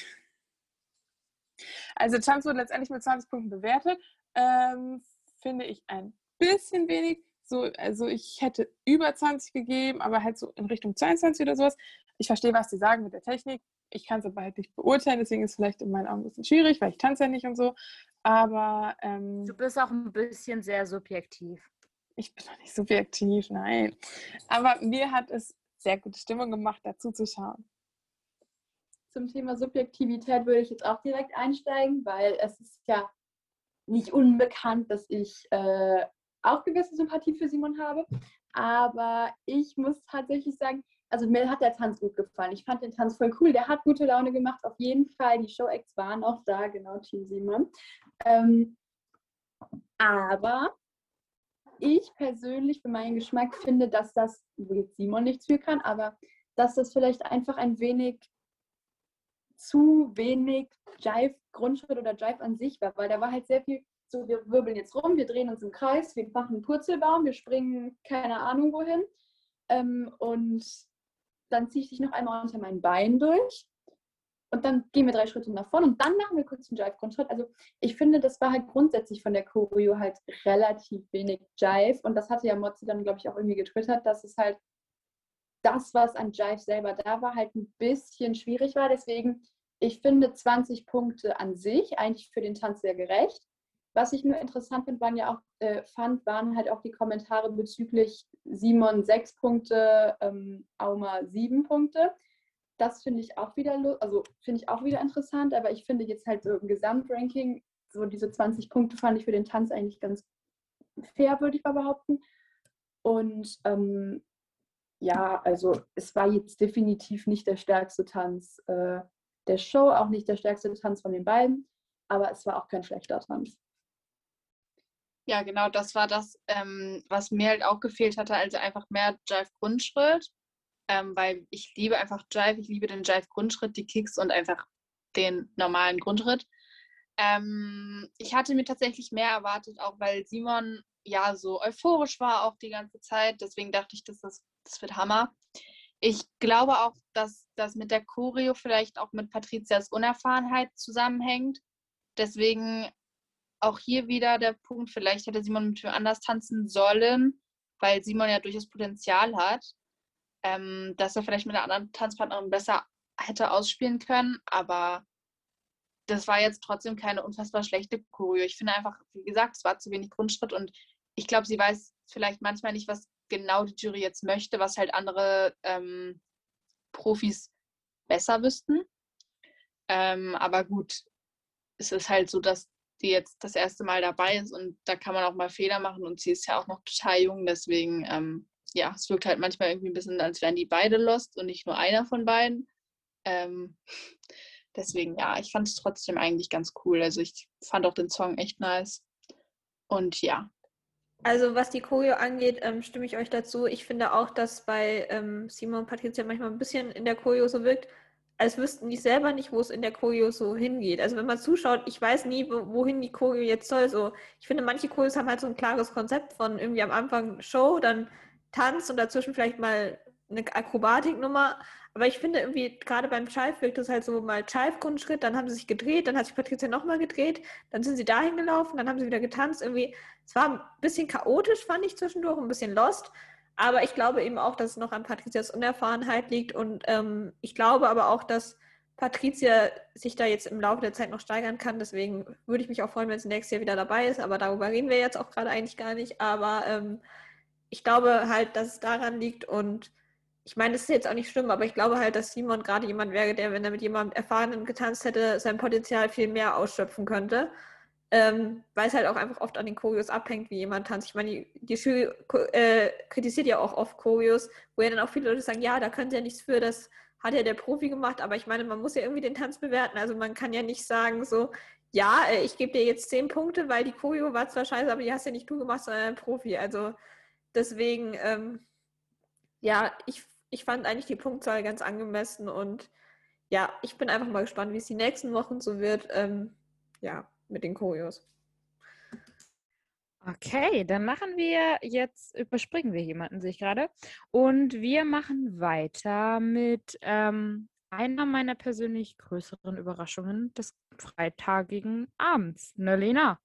Also Tanz wurde letztendlich mit zwanzig Punkten bewertet. Ähm, finde ich ein bisschen wenig. So, also ich hätte über zwanzig gegeben, aber halt so in Richtung zweiundzwanzig oder sowas. Ich verstehe, was die sagen mit der Technik. Ich kann es aber halt nicht beurteilen, deswegen ist es vielleicht in meinen Augen ein bisschen schwierig, weil ich tanze ja nicht und so. Aber ähm,
Du bist auch ein bisschen sehr subjektiv.
ich bin doch nicht subjektiv, nein. Aber mir hat es sehr gute Stimmung gemacht, dazu zu schauen.
Zum Thema Subjektivität würde ich jetzt auch direkt einsteigen, weil es ist ja nicht unbekannt, dass ich äh, auch gewisse Sympathie für Simon habe. Aber ich muss tatsächlich sagen, also mir hat der Tanz gut gefallen. Ich fand den Tanz voll cool. Der hat gute Laune gemacht, auf jeden Fall. Die Show-Acts waren auch da, genau, Team Simon. Ähm, aber ich persönlich für meinen Geschmack finde, dass das, wo jetzt Simon nichts für kann, aber dass das vielleicht einfach ein wenig zu wenig Jive-Grundschritt oder Jive an sich war, weil da war halt sehr viel so, wir wirbeln jetzt rum, wir drehen uns im Kreis, wir machen einen Purzelbaum, wir springen keine Ahnung wohin ähm, und dann ziehe ich dich noch einmal unter mein Bein durch und dann gehen wir drei Schritte nach vorne und dann machen wir kurz einen Jive-Grundschritt. Also ich finde, das war halt grundsätzlich von der Choreo halt relativ wenig Jive und das hatte ja Mozzi dann, glaube ich, auch irgendwie getwittert, dass es halt das, was an Jive selber da war, halt ein bisschen schwierig war. Deswegen, ich finde zwanzig Punkte an sich eigentlich für den Tanz sehr gerecht. Was ich nur interessant fand, waren ja auch, äh, fand, waren halt auch die Kommentare bezüglich Simon sechs Punkte, ähm, Auma sieben Punkte. Das finde ich auch wieder, also finde ich auch wieder interessant, aber ich finde jetzt halt so im Gesamtranking, so diese zwanzig Punkte fand ich für den Tanz eigentlich ganz fair, würde ich mal behaupten. Und ähm, ja, also es war jetzt definitiv nicht der stärkste Tanz äh, der Show, auch nicht der stärkste Tanz von den beiden, aber es war auch kein schlechter Tanz.
Ja, genau, das war das, ähm, was mir halt auch gefehlt hatte, also einfach mehr Jive-Grundschritt, ähm, weil ich liebe einfach Jive, ich liebe den Jive-Grundschritt, die Kicks und einfach den normalen Grundschritt. Ähm, ich hatte mir tatsächlich mehr erwartet, auch weil Simon ja so euphorisch war auch die ganze Zeit, deswegen dachte ich, dass das, das wird Hammer. Ich glaube auch, dass das mit der Choreo vielleicht auch mit Patricias Unerfahrenheit zusammenhängt, deswegen auch hier wieder der Punkt, vielleicht hätte Simon mit wem anders tanzen sollen, weil Simon ja durchaus Potenzial hat. ähm, dass er vielleicht mit einer anderen Tanzpartnerin besser hätte ausspielen können, aber das war jetzt trotzdem keine unfassbar schlechte Choreo. Ich finde einfach, wie gesagt, es war zu wenig Grundschritt und ich glaube, sie weiß vielleicht manchmal nicht, was genau die Jury jetzt möchte, was halt andere ähm, Profis besser wüssten. Ähm, aber gut, es ist halt so, dass die jetzt das erste Mal dabei ist und da kann man auch mal Fehler machen und sie ist ja auch noch total jung, deswegen, ähm, ja, es wirkt halt manchmal irgendwie ein bisschen, als wären die beide lost und nicht nur einer von beiden. Ähm, deswegen, ja, ich fand es trotzdem eigentlich ganz cool. Also ich fand auch den Song echt nice. Und ja.
Also was die Choreo angeht, ähm, stimme ich euch dazu. Ich finde auch, dass bei ähm, Simon und Patricia manchmal ein bisschen in der Choreo so wirkt, als wüssten die selber nicht, wo es in der Choreo so hingeht. Also wenn man zuschaut, ich weiß nie, wo, wohin die Choreo jetzt soll. So, ich finde, manche Choreos haben halt so ein klares Konzept von irgendwie am Anfang Show, dann Tanz und dazwischen vielleicht mal eine Akrobatiknummer. Aber ich finde irgendwie, gerade beim Chive wirkt das halt so mal Chive-Grundschritt, dann haben sie sich gedreht, dann hat sich Patricia nochmal gedreht, dann sind sie dahin gelaufen, dann haben sie wieder getanzt. Irgendwie, es war ein bisschen chaotisch, fand ich zwischendurch, ein bisschen lost. Aber ich glaube eben auch, dass es noch an Patricias Unerfahrenheit liegt und ähm, ich glaube aber auch, dass Patricia sich da jetzt im Laufe der Zeit noch steigern kann. Deswegen würde ich mich auch freuen, wenn sie nächstes Jahr wieder dabei ist. Aber darüber reden wir jetzt auch gerade eigentlich gar nicht. Aber ähm, ich glaube halt, dass es daran liegt und ich meine, das ist jetzt auch nicht schlimm, aber ich glaube halt, dass Simon gerade jemand wäre, der, wenn er mit jemandem Erfahrenen getanzt hätte, sein Potenzial viel mehr ausschöpfen könnte. Ähm, weil es halt auch einfach oft an den Choreos abhängt, wie jemand tanzt. Ich meine, die, die Jury äh, kritisiert ja auch oft Choreos, wo ja dann auch viele Leute sagen, ja, da können sie ja nichts für, das hat ja der Profi gemacht, aber ich meine, man muss ja irgendwie den Tanz bewerten. Also man kann ja nicht sagen so, ja, äh, ich gebe dir jetzt zehn Punkte, weil die Choreo war zwar scheiße, aber die hast ja nicht du gemacht, sondern ein Profi. Also deswegen, ähm, ja, ich, ich fand eigentlich die Punktzahl ganz angemessen und ja, ich bin einfach mal gespannt, wie es die nächsten Wochen so wird. Ähm, ja, mit den Choreos.
Okay, dann machen wir jetzt, überspringen wir jemanden, sehe ich gerade. Und wir machen weiter mit ähm, einer meiner persönlich größeren Überraschungen des freitagigen Abends. Ne, Lena?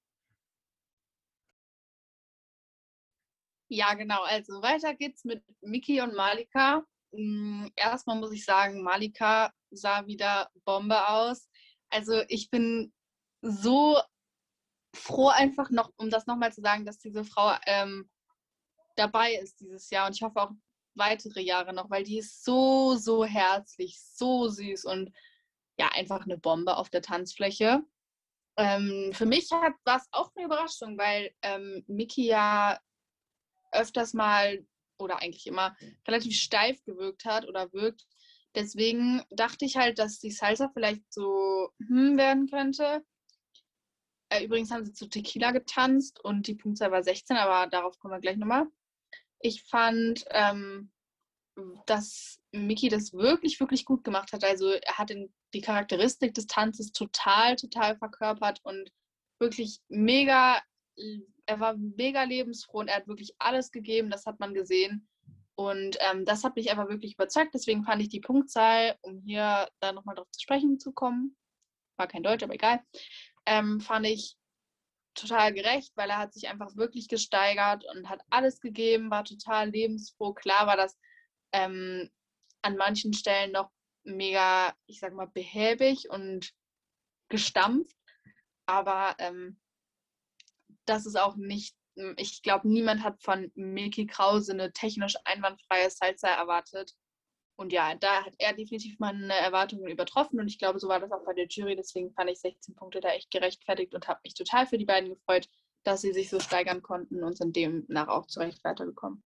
Ja, genau. Also weiter geht's mit Miki und Malika. Mm, Erstmal muss ich sagen, Malika sah wieder Bombe aus. Also ich bin so froh einfach noch, um das nochmal zu sagen, dass diese Frau ähm, dabei ist dieses Jahr und ich hoffe auch weitere Jahre noch, weil die ist so, so herzlich, so süß und ja, einfach eine Bombe auf der Tanzfläche. Ähm, für mich war es auch eine Überraschung, weil ähm, Miki ja öfters mal oder eigentlich immer relativ steif gewirkt hat oder wirkt. Deswegen dachte ich halt, dass die Salsa vielleicht so hm werden könnte. Äh, übrigens haben sie zu Tequila getanzt und die Punktzahl war sechzehn, aber darauf kommen wir gleich nochmal. Ich fand, ähm, dass Miki das wirklich, wirklich gut gemacht hat. Also er hat den, die Charakteristik des Tanzes total, total verkörpert und wirklich mega, er war mega lebensfroh und er hat wirklich alles gegeben, das hat man gesehen. Und ähm, das hat mich einfach wirklich überzeugt. Deswegen fand ich die Punktzahl, um hier da nochmal drauf zu sprechen zu kommen, war kein Deutsch, aber egal, ähm, fand ich total gerecht, weil er hat sich einfach wirklich gesteigert und hat alles gegeben, war total lebensfroh. Klar war das ähm, an manchen Stellen noch mega, ich sag mal, behäbig und gestampft, aber ähm, das ist auch nicht, ich glaube, niemand hat von Milky Krause eine technisch einwandfreie Salsa erwartet. Und ja, da hat er definitiv meine Erwartungen übertroffen und ich glaube, so war das auch bei der Jury. Deswegen fand ich sechzehn Punkte da echt gerechtfertigt und habe mich total für die beiden gefreut, dass sie sich so steigern konnten und sind demnach auch zurecht weitergekommen.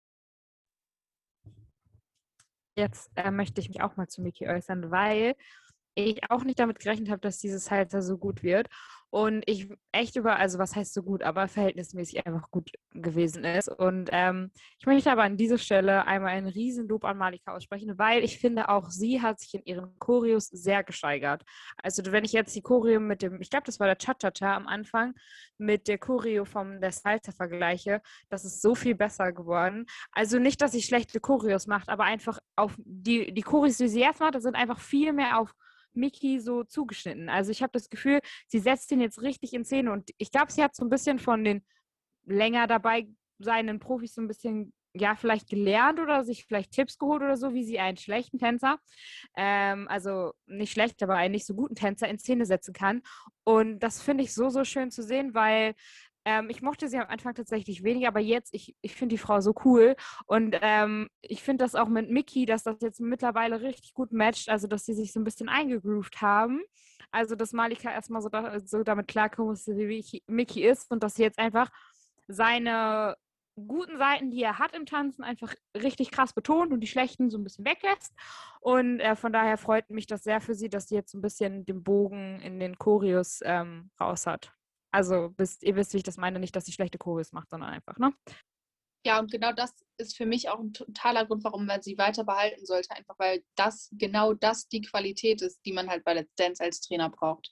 Jetzt äh, möchte ich mich auch mal zu Miki äußern, weil ich auch nicht damit gerechnet habe, dass dieses Salsa so gut wird. Und ich echt über, also was heißt so gut, aber verhältnismäßig einfach gut gewesen ist. Und ähm, ich möchte aber an dieser Stelle einmal einen Riesenlob an Malika aussprechen, weil ich finde, auch sie hat sich in ihren Choreos sehr gesteigert. Also wenn ich jetzt die Choreo mit dem, ich glaube, das war der Cha-Cha-Cha am Anfang, mit der Choreo vom der Salsa vergleiche, das ist so viel besser geworden. Also nicht, dass sie schlechte Choreos macht, aber einfach auf die, die Choreos, die sie jetzt macht, das sind einfach viel mehr auf Miki so zugeschnitten. Also ich habe das Gefühl, sie setzt ihn jetzt richtig in Szene und ich glaube, sie hat so ein bisschen von den länger dabei seinen Profis so ein bisschen ja, vielleicht gelernt oder sich vielleicht Tipps geholt oder so, wie sie einen schlechten Tänzer, ähm, also nicht schlecht, aber einen nicht so guten Tänzer in Szene setzen kann. Und das finde ich so, so schön zu sehen, weil ähm, ich mochte sie am Anfang tatsächlich weniger, aber jetzt, ich, ich finde die Frau so cool. Und ähm, ich finde das auch mit Miki, dass das jetzt mittlerweile richtig gut matcht, also dass sie sich so ein bisschen eingegroovt haben. Also, dass Malika erstmal so, da, so damit klarkommen musste, wie Miki ist und dass sie jetzt einfach seine guten Seiten, die er hat im Tanzen, einfach richtig krass betont und die schlechten so ein bisschen weglässt. Und äh, von daher freut mich das sehr für sie, dass sie jetzt so ein bisschen den Bogen in den Choreos ähm, raus hat. Also, wisst, ihr wisst, wie ich das meine, nicht, dass sie schlechte Choreos macht, sondern einfach, ne?
Ja, und genau das ist für mich auch ein totaler Grund, warum man sie weiter behalten sollte. Einfach weil das genau das die Qualität ist, die man halt bei Let's Dance als Trainer braucht.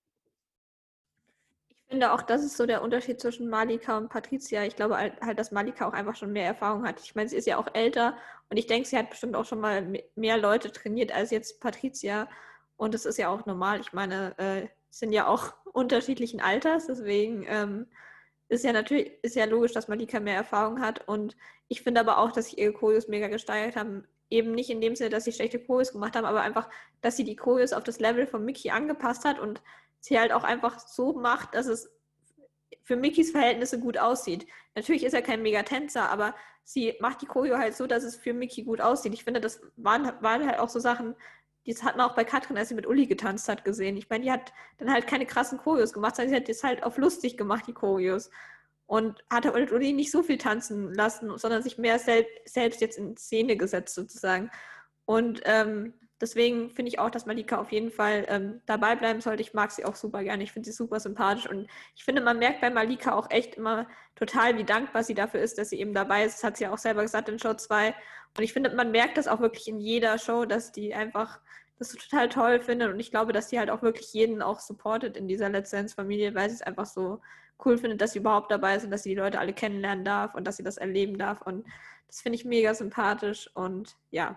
Ich finde auch, das ist so der Unterschied zwischen Malika und Patricia. Ich glaube halt, halt, dass Malika auch einfach schon mehr Erfahrung hat. Ich meine, sie ist ja auch älter und ich denke, sie hat bestimmt auch schon mal mehr Leute trainiert als jetzt Patricia. Und das ist ja auch normal. Ich meine, äh, sind ja auch unterschiedlichen Alters, deswegen ähm, ist ja natürlich, ist ja logisch, dass Malika mehr Erfahrung hat. Und ich finde aber auch, dass sie ihre Choreos mega gesteigert haben. Eben nicht in dem Sinne, dass sie schlechte Choreos gemacht haben, aber einfach, dass sie die Choreos auf das Level von Miki angepasst hat und sie halt auch einfach so macht, dass es für Mikis Verhältnisse gut aussieht. Natürlich ist er kein Megatänzer, aber sie macht die Choreo halt so, dass es für Miki gut aussieht. Ich finde, das waren, waren halt auch so Sachen, das hat man auch bei Katrin, als sie mit Uli getanzt hat, gesehen. Ich meine, die hat dann halt keine krassen Choreos gemacht, sondern sie hat das halt auf lustig gemacht, die Choreos. Und hat halt mit Uli nicht so viel tanzen lassen, sondern sich mehr sel- selbst jetzt in Szene gesetzt sozusagen. Und ähm, deswegen finde ich auch, dass Malika auf jeden Fall ähm, dabei bleiben sollte. Ich mag sie auch super gerne. Ich finde sie super sympathisch. Und ich finde, man merkt bei Malika auch echt immer total, wie dankbar sie dafür ist, dass sie eben dabei ist. Das hat sie auch selber gesagt in Show zwei. Und ich finde, man merkt das auch wirklich in jeder Show, dass die einfach das so total toll findet. Und ich glaube, dass sie halt auch wirklich jeden auch supportet in dieser Let's Dance-Familie, weil sie es einfach so cool findet, dass sie überhaupt dabei ist und dass sie die Leute alle kennenlernen darf und dass sie das erleben darf. Und das finde ich mega sympathisch. Und ja,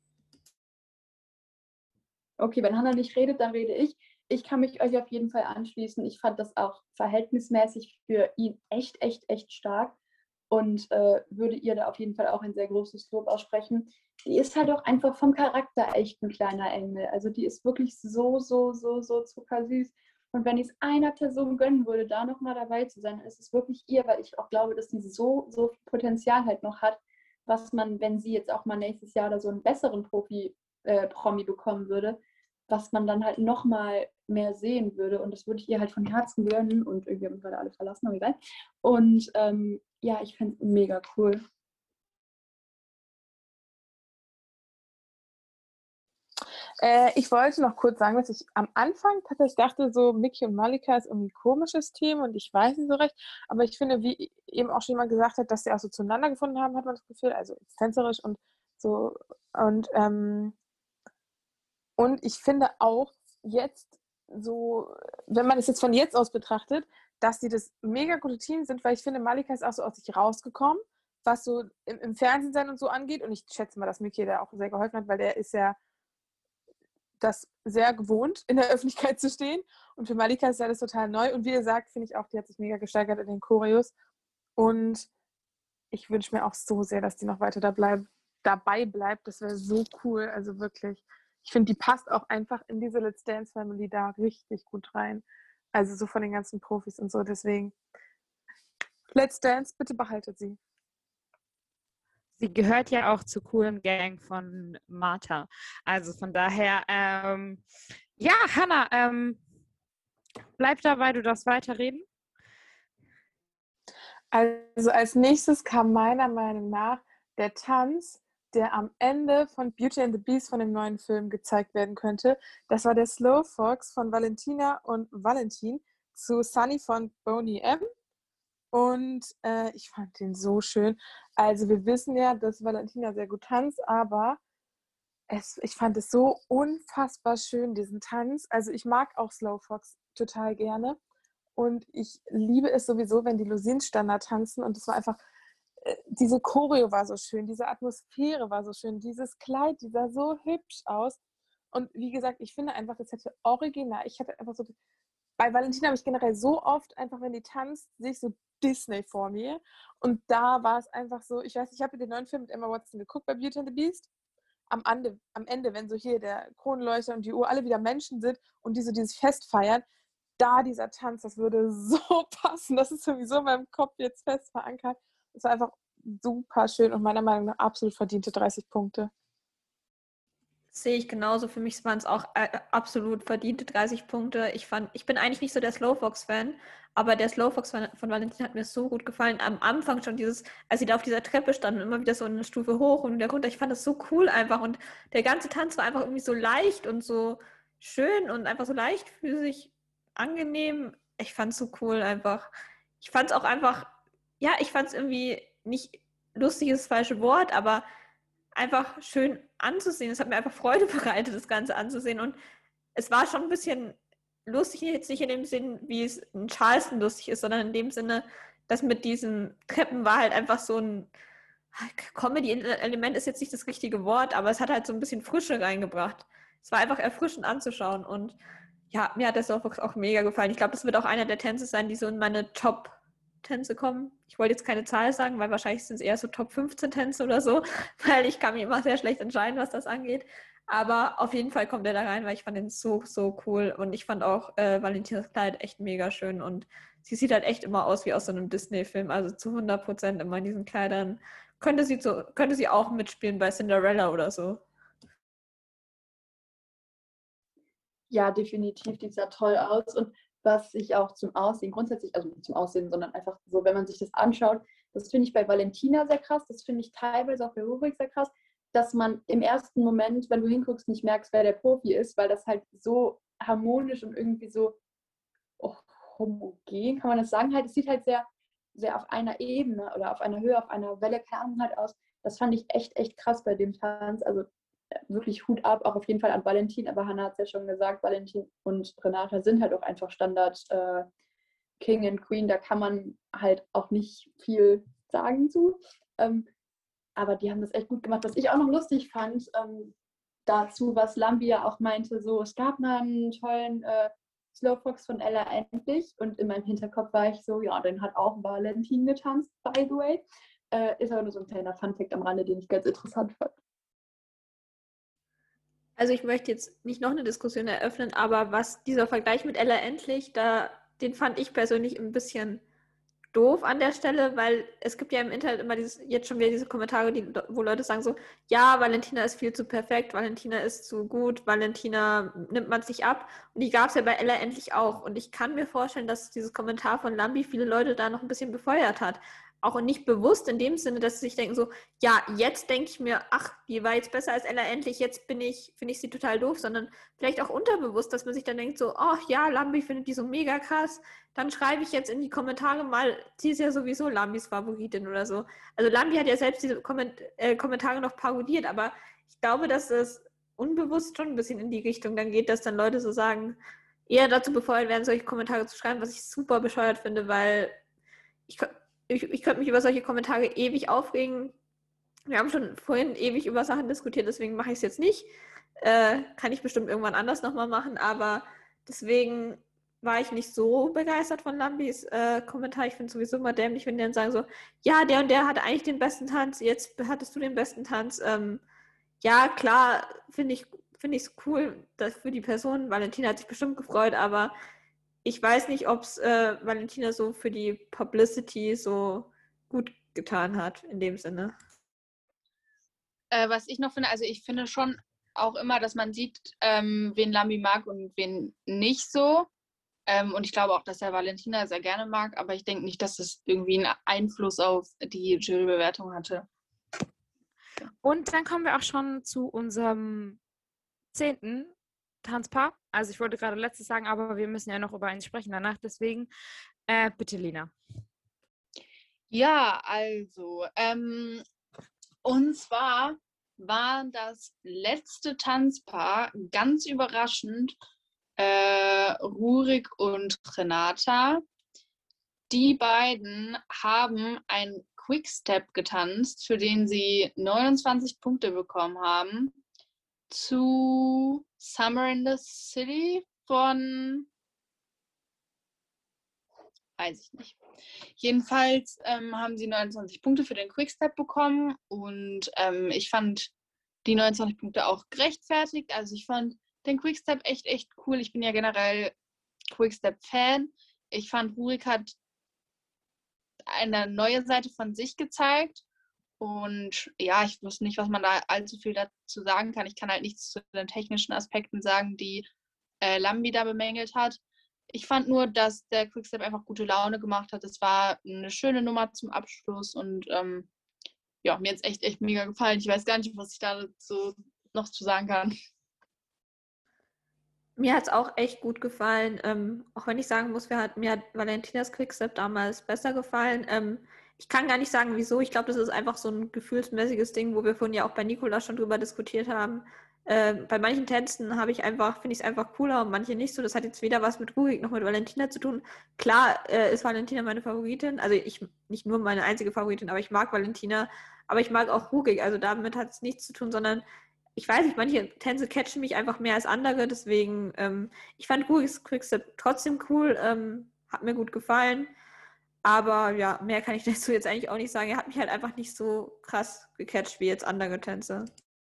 Okay, wenn Hannah nicht redet, dann rede ich. Ich kann mich euch auf jeden Fall anschließen. Ich fand das auch verhältnismäßig für ihn echt, echt, echt stark und äh, würde ihr da auf jeden Fall auch ein sehr großes Lob aussprechen. Die ist halt auch einfach vom Charakter echt ein kleiner Engel. Also die ist wirklich so, so, so, so zuckersüß. Und wenn ich es einer Person gönnen würde, da nochmal dabei zu sein, dann ist es wirklich ihr, weil ich auch glaube, dass sie so, so viel Potenzial halt noch hat, was man, wenn sie jetzt auch mal nächstes Jahr oder so einen besseren Profi äh, Promi bekommen würde, was man dann halt nochmal mehr sehen würde. Und das würde ich ihr halt von Herzen gönnen. Und irgendwie haben wir gerade alle verlassen, aber egal. Und ähm, ja, ich finde es mega cool.
Äh, ich wollte noch kurz sagen, dass ich am Anfang tatsächlich dachte, so Miki und Malika ist irgendwie ein komisches Team und ich weiß nicht so recht. Aber ich finde, wie eben auch schon jemand gesagt hat, dass sie auch so zueinander gefunden haben, hat man das Gefühl. Also tänzerisch und so. Und ähm, Und ich finde auch jetzt so, wenn man es jetzt von jetzt aus betrachtet, dass sie das mega gute Team sind, weil ich finde, Malika ist auch so aus sich rausgekommen, was so im, im Fernsehen sein und so angeht. Und ich schätze mal, dass Miki da auch sehr geholfen hat, weil der ist ja das sehr gewohnt, in der Öffentlichkeit zu stehen. Und für Malika ist ja das total neu. Und wie ihr sagt, finde ich auch, die hat sich mega gesteigert in den Choreos. Und ich wünsche mir auch so sehr, dass die noch weiter da bleib, dabei bleibt. Das wäre so cool, also wirklich. Ich finde, die passt auch einfach in diese Let's Dance Family da richtig gut rein. Also so von den ganzen Profis und so. Deswegen, Let's Dance, bitte behaltet sie.
Sie gehört ja auch zur coolen Gang von Martha. Also von daher, ähm, ja, Hannah, ähm, bleib dabei, du darfst weiterreden.
Also als nächstes kam meiner Meinung nach der Tanz, der am Ende von Beauty and the Beast von dem neuen Film gezeigt werden könnte. Das war der Slow Fox von Valentina und Valentin zu Sunny von Boney M. Und äh, ich fand den so schön. Also wir wissen ja, dass Valentina sehr gut tanzt, aber es, ich fand es so unfassbar schön, diesen Tanz. Also ich mag auch Slow Fox total gerne. Und ich liebe es sowieso, wenn die Lusin-Standard tanzen. Und es war einfach, äh, diese Choreo war so schön, diese Atmosphäre war so schön, dieses Kleid, die sah so hübsch aus. Und wie gesagt, ich finde einfach, das hätte original, ich hatte einfach so bei Valentina habe ich generell so oft einfach, wenn die tanzt, sehe ich so Disney vor mir. Und da war es einfach so, ich weiß nicht, ich habe den neuen Film mit Emma Watson geguckt bei Beauty and the Beast. Am Ende, am Ende, wenn so hier der Kronleuchter und die Uhr alle wieder Menschen sind und die so dieses Fest feiern, da dieser Tanz, das würde so passen. Das ist sowieso in meinem Kopf jetzt fest verankert. Das war einfach super schön und meiner Meinung nach absolut verdiente dreißig Punkte.
Sehe ich genauso. Für mich waren es auch äh, absolut verdiente dreißig Punkte. Ich fand, ich bin eigentlich nicht so der Slowfox-Fan, aber der Slowfox von, von Valentin hat mir so gut gefallen. Am Anfang schon dieses, als sie da auf dieser Treppe standen, immer wieder so eine Stufe hoch und wieder runter. Ich fand das so cool einfach und der ganze Tanz war einfach irgendwie so leicht und so schön und einfach so leichtfüßig, angenehm. Ich fand es so cool einfach. Ich fand es auch einfach, ja, ich fand es irgendwie nicht lustig ist das falsche Wort, aber einfach schön anzusehen. Es hat mir einfach Freude bereitet, das Ganze anzusehen. Und es war schon ein bisschen lustig, jetzt nicht in dem Sinn, wie es in Charleston lustig ist, sondern in dem Sinne, dass mit diesen Treppen war halt einfach so ein Comedy-Element ist jetzt nicht das richtige Wort, aber es hat halt so ein bisschen Frische reingebracht. Es war einfach erfrischend anzuschauen und ja, mir hat der Slowfox auch mega gefallen. Ich glaube, das wird auch einer der Tänze sein, die so in meine Top-Tänze kommen. Ich wollte jetzt keine Zahl sagen, weil wahrscheinlich sind es eher so Top fünfzehn Tänze oder so, weil ich kann mich immer sehr schlecht entscheiden, was das angeht. Aber auf jeden Fall kommt er da rein, weil ich fand ihn so, so cool. Und ich fand auch äh, Valentinas Kleid echt mega schön. Und sie sieht halt echt immer aus wie aus so einem Disney-Film. Also zu hundert Prozent immer in diesen Kleidern. Könnte sie, zu, könnte sie auch mitspielen bei Cinderella oder so.
Ja, definitiv, die sah toll aus. Und was ich auch zum Aussehen grundsätzlich, also nicht zum Aussehen, sondern einfach so, wenn man sich das anschaut, das finde ich bei Valentina sehr krass, das finde ich teilweise auch bei Rurik sehr krass, dass man im ersten Moment, wenn du hinguckst, nicht merkst, wer der Profi ist, weil das halt so harmonisch und irgendwie so oh, homogen, kann man das sagen, halt, es sieht halt sehr, sehr auf einer Ebene oder auf einer Höhe, auf einer Welle, keine Ahnung halt aus. Das fand ich echt, echt krass bei dem Tanz, also wirklich Hut ab, auch auf jeden Fall an Valentin, aber Hannah hat es ja schon gesagt, Valentin und Renata sind halt auch einfach Standard äh, King and Queen, da kann man halt auch nicht viel sagen zu. Ähm, aber die haben das echt gut gemacht. Was ich auch noch lustig fand, ähm, dazu, was Lambi ja auch meinte, so, es gab mal einen tollen äh, Slowfox von Ella Endlich und in meinem Hinterkopf war ich so, ja, den hat auch Valentin getanzt, by the way. Äh, ist aber nur so ein kleiner Funfact am Rande, den ich ganz interessant fand.
Also ich möchte jetzt nicht noch eine Diskussion eröffnen, aber was dieser Vergleich mit Ella Endlich, da, den fand ich persönlich ein bisschen doof an der Stelle, weil es gibt ja im Internet immer dieses, jetzt schon wieder diese Kommentare, die, wo Leute sagen so, ja, Valentina ist viel zu perfekt, Valentina ist zu gut, Valentina nimmt man sich ab. Und die gab es ja bei Ella Endlich auch. Und ich kann mir vorstellen, dass dieses Kommentar von Lambi viele Leute da noch ein bisschen befeuert hat. Auch nicht bewusst in dem Sinne, dass sie sich denken so, ja, jetzt denke ich mir, ach, die war jetzt besser als Ella Endlich, jetzt bin ich, finde ich sie total doof, sondern vielleicht auch unterbewusst, dass man sich dann denkt so, ach ja, Lambi findet die so mega krass, dann schreibe ich jetzt in die Kommentare mal, sie ist ja sowieso Lambis Favoritin oder so. Also Lambi hat ja selbst diese Komment- äh, Kommentare noch parodiert, aber ich glaube, dass es unbewusst schon ein bisschen in die Richtung dann geht, dass dann Leute so sagen, eher dazu befeuert werden, solche Kommentare zu schreiben, was ich super bescheuert finde, weil ich Ich, ich könnte mich über solche Kommentare ewig aufregen. Wir haben schon vorhin ewig über Sachen diskutiert, deswegen mache ich es jetzt nicht. Äh, kann ich bestimmt irgendwann anders nochmal machen, aber deswegen war ich nicht so begeistert von Lambis äh, Kommentar. Ich finde es sowieso immer dämlich, wenn die dann sagen so, ja, der und der hatte eigentlich den besten Tanz, jetzt hattest du den besten Tanz. Ähm, ja, klar, finde ich finde ich es cool dass für die Person. Valentina hat sich bestimmt gefreut, aber ich weiß nicht, ob es äh, Valentina so für die Publicity so gut getan hat, in dem Sinne.
Äh, was ich noch finde, also ich finde schon auch immer, dass man sieht, ähm, wen Lambi mag und wen nicht so. Ähm, und ich glaube auch, dass er Valentina sehr gerne mag, aber ich denke nicht, dass es irgendwie einen Einfluss auf die Jurybewertung hatte.
Und dann kommen wir auch schon zu unserem zehnten Tanzpaar. Also ich wollte gerade letztes sagen, aber wir müssen ja noch über eins sprechen danach. Deswegen äh, bitte, Lina.
Ja, also, ähm, und zwar war das letzte Tanzpaar ganz überraschend äh, Rurik und Renata. Die beiden haben ein Quickstep getanzt, für den sie neunundzwanzig Punkte bekommen haben, zu Summer in the City von Weiß ich nicht. Jedenfalls ähm, haben sie neunundzwanzig Punkte für den Quickstep bekommen und ähm, ich fand die neunundzwanzig Punkte auch gerechtfertigt. Also ich fand den Quickstep echt, echt cool. Ich bin ja generell Quickstep-Fan. Ich fand, Rurik hat eine neue Seite von sich gezeigt. Und ja, ich wusste nicht, was man da allzu viel dazu sagen kann. Ich kann halt nichts zu den technischen Aspekten sagen, die äh, Lambi da bemängelt hat. Ich fand nur, dass der Quickstep einfach gute Laune gemacht hat. Es war eine schöne Nummer zum Abschluss und ähm, ja, mir hat es echt, echt mega gefallen. Ich weiß gar nicht, was ich da so noch zu sagen kann.
Mir hat es auch echt gut gefallen, ähm, auch wenn ich sagen muss, mir hat, mir hat Valentinas Quickstep damals besser gefallen. Ähm, ich kann gar nicht sagen, wieso. Ich glaube, das ist einfach so ein gefühlsmäßiges Ding, wo wir vorhin ja auch bei Nicola schon drüber diskutiert haben. Äh, bei manchen Tänzen habe ich einfach, finde ich es einfach cooler und manche nicht so. Das hat jetzt weder was mit Rurik noch mit Valentina zu tun. Klar äh, ist Valentina meine Favoritin, also ich nicht nur meine einzige Favoritin, aber ich mag Valentina, aber ich mag auch Rurik, also damit hat es nichts zu tun, sondern ich weiß nicht, manche Tänze catchen mich einfach mehr als andere, deswegen, ähm, ich fand Ruriks Quickstep trotzdem cool, ähm, hat mir gut gefallen, aber ja, mehr kann ich dazu jetzt eigentlich auch nicht sagen. Er hat mich halt einfach nicht so krass gecatcht wie jetzt andere Tänze.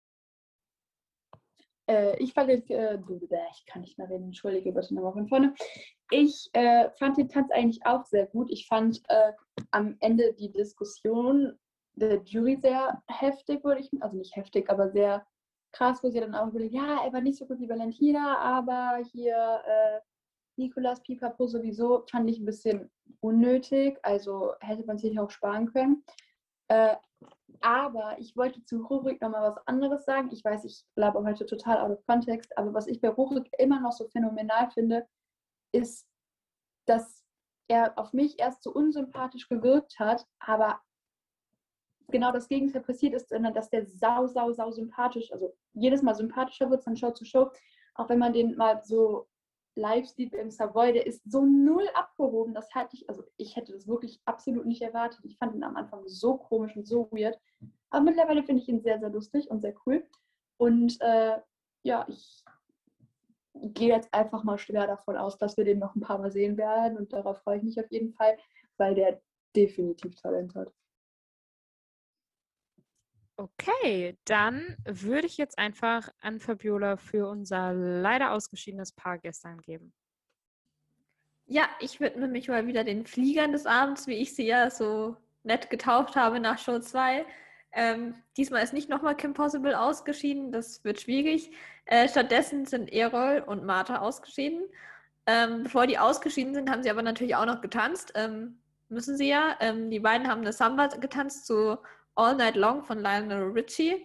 Äh, ich fand den, äh, ich kann nicht mehr reden, entschuldige bitte nochmal von vorne. Ich äh, fand den Tanz eigentlich auch sehr gut. Ich fand äh, am Ende die Diskussion der Jury sehr heftig, würde ich, also nicht heftig, aber sehr krass, wo sie dann auch überlegt, ja, er war nicht so gut wie Valentina, aber hier äh, Nicolas Pipapo sowieso fand ich ein bisschen unnötig, also hätte man sich auch sparen können. Äh, aber ich wollte zu Rurik nochmal was anderes sagen. Ich weiß, ich laber heute total out of context, aber was ich bei Rurik immer noch so phänomenal finde, ist, dass er auf mich erst so unsympathisch gewirkt hat, aber genau das Gegenteil passiert ist, sondern dass der sau, sau, sau sympathisch, also jedes Mal sympathischer wird von Show zu Show, auch wenn man den mal so live sieht im Savoy, der ist so null abgehoben, das hatte ich, also ich hätte das wirklich absolut nicht erwartet. Ich fand ihn am Anfang so komisch und so weird, aber mittlerweile finde ich ihn sehr, sehr lustig und sehr cool und äh, ja, ich gehe jetzt einfach mal schwer davon aus, dass wir den noch ein paar Mal sehen werden und darauf freue ich mich auf jeden Fall, weil der definitiv Talent hat.
Okay, dann würde ich jetzt einfach an Fabiola für unser leider ausgeschiedenes Paar gestern geben.
Ja, ich widme mich mal wieder den Fliegern des Abends, wie ich sie ja so nett getauft habe nach Show zwei. Ähm, diesmal ist nicht nochmal Kim Possible ausgeschieden, das wird schwierig. Äh, stattdessen sind Errol und Martha ausgeschieden. Ähm, bevor die ausgeschieden sind, haben sie aber natürlich auch noch getanzt. Ähm, müssen sie ja. Ähm, die beiden haben eine Samba getanzt zu All Night Long von Lionel Richie.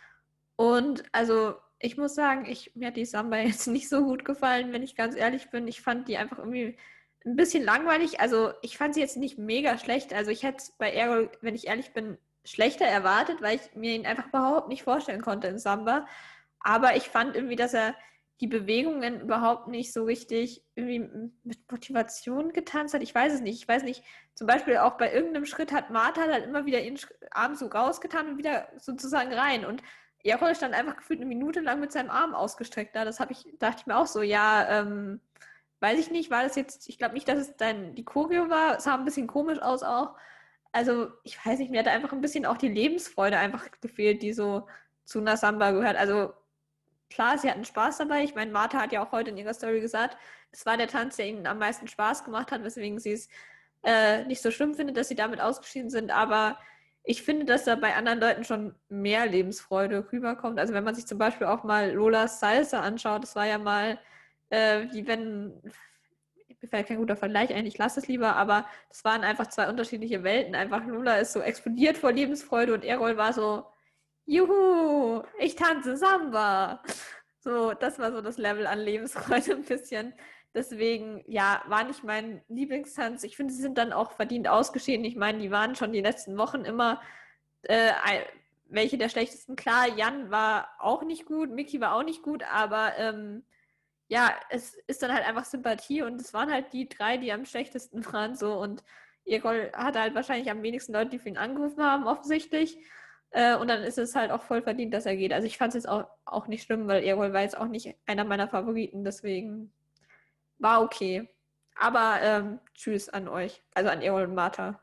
Und also ich muss sagen, ich, mir hat die Samba jetzt nicht so gut gefallen, wenn ich ganz ehrlich bin. Ich fand die einfach irgendwie ein bisschen langweilig. Also ich fand sie jetzt nicht mega schlecht. Also ich hätte es bei Errol, wenn ich ehrlich bin, schlechter erwartet, weil ich mir ihn einfach überhaupt nicht vorstellen konnte in Samba. Aber ich fand irgendwie, dass er die Bewegungen überhaupt nicht so richtig irgendwie mit Motivation getanzt hat. Ich weiß es nicht. Ich weiß nicht, zum Beispiel auch bei irgendeinem Schritt hat Martha halt immer wieder ihren Arm so rausgetan und wieder sozusagen rein. Und Errol stand einfach gefühlt eine Minute lang mit seinem Arm ausgestreckt da. Das habe ich, dachte ich mir auch so, ja, ähm, weiß ich nicht, war das jetzt, ich glaube nicht, dass es dann die Choreo war. Es sah ein bisschen komisch aus auch. Also, ich weiß nicht, mir hat einfach ein bisschen auch die Lebensfreude einfach gefehlt, die so zu einer Samba gehört. Also, klar, sie hatten Spaß dabei. Ich meine, Martha hat ja auch heute in ihrer Story gesagt, es war der Tanz, der ihnen am meisten Spaß gemacht hat, weswegen sie es äh, nicht so schlimm findet, dass sie damit ausgeschieden sind. Aber ich finde, dass da bei anderen Leuten schon mehr Lebensfreude rüberkommt. Also wenn man sich zum Beispiel auch mal Lolas Salsa anschaut, das war ja mal, äh, wie wenn, mir fällt kein guter Vergleich ein, ich lasse es lieber, aber das waren einfach zwei unterschiedliche Welten. Einfach Lola ist so explodiert vor Lebensfreude und Errol war so, juhu, ich tanze Samba. So, das war so das Level an Lebensfreude ein bisschen. Deswegen, ja, war nicht mein Lieblingstanz. Ich finde, sie sind dann auch verdient ausgeschieden. Ich meine, die waren schon die letzten Wochen immer äh, welche der schlechtesten. Klar, Jan war auch nicht gut, Miki war auch nicht gut, aber ähm, ja, es ist dann halt einfach Sympathie und es waren halt die drei, die am schlechtesten waren. So und Errol hatte halt wahrscheinlich am wenigsten Leute, die für ihn angerufen haben, offensichtlich. Äh, und dann ist es halt auch voll verdient, dass er geht. Also ich fand es jetzt auch, auch nicht schlimm, weil Errol war jetzt auch nicht einer meiner Favoriten, deswegen war okay. Aber ähm, tschüss an euch. Also an Erol und Martha.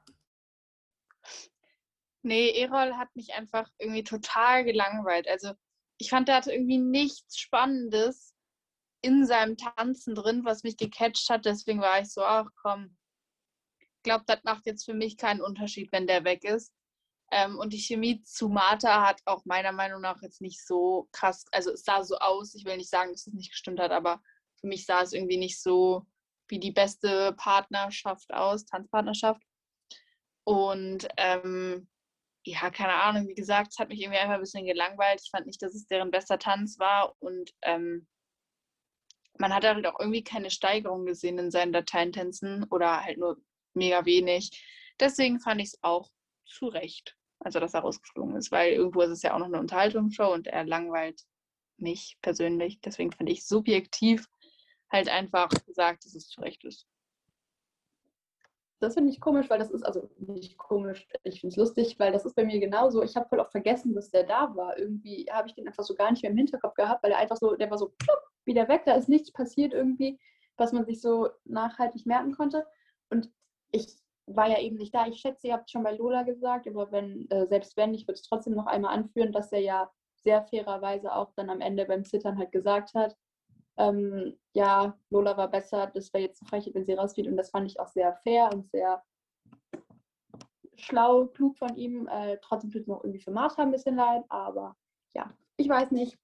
Nee, Erol hat mich einfach irgendwie total gelangweilt. Also ich fand, er hatte irgendwie nichts Spannendes in seinem Tanzen drin, was mich gecatcht hat. Deswegen war ich so, ach komm, ich glaube, das macht jetzt für mich keinen Unterschied, wenn der weg ist. Ähm, und die Chemie zu Martha hat auch meiner Meinung nach jetzt nicht so krass, also es sah so aus, ich will nicht sagen, dass es nicht gestimmt hat, aber für mich sah es irgendwie nicht so wie die beste Partnerschaft aus, Tanzpartnerschaft. Und ähm, ja, keine Ahnung, wie gesagt, es hat mich irgendwie einfach ein bisschen gelangweilt. Ich fand nicht, dass es deren bester Tanz war und ähm, man hat halt auch irgendwie keine Steigerung gesehen in seinen Dateientänzen oder halt nur mega wenig. Deswegen fand ich es auch zu Recht, also dass er rausgeflogen ist, weil irgendwo ist es ja auch noch eine Unterhaltungsshow und er langweilt mich persönlich. Deswegen finde ich subjektiv halt einfach gesagt, dass es zu Recht ist.
Das finde ich komisch, weil das ist, also nicht komisch, ich finde es lustig, weil das ist bei mir genauso. Ich habe voll auch vergessen, dass der da war. Irgendwie habe ich den einfach so gar nicht mehr im Hinterkopf gehabt, weil er einfach so, der war so plupp, wieder weg, da ist nichts passiert irgendwie, was man sich so nachhaltig merken konnte. Und ich war ja eben nicht da. Ich schätze, ihr habt schon bei Lola gesagt, aber wenn, äh, selbst wenn, ich würde es trotzdem noch einmal anführen, dass er ja sehr fairerweise auch dann am Ende beim Zittern halt gesagt hat, ähm, ja, Lola war besser, das wäre jetzt eine Frechheit, wenn sie rausgeht. Und das fand ich auch sehr fair und sehr schlau, klug von ihm. Äh, trotzdem tut es noch irgendwie für Martha ein bisschen leid, aber ja, ich weiß nicht.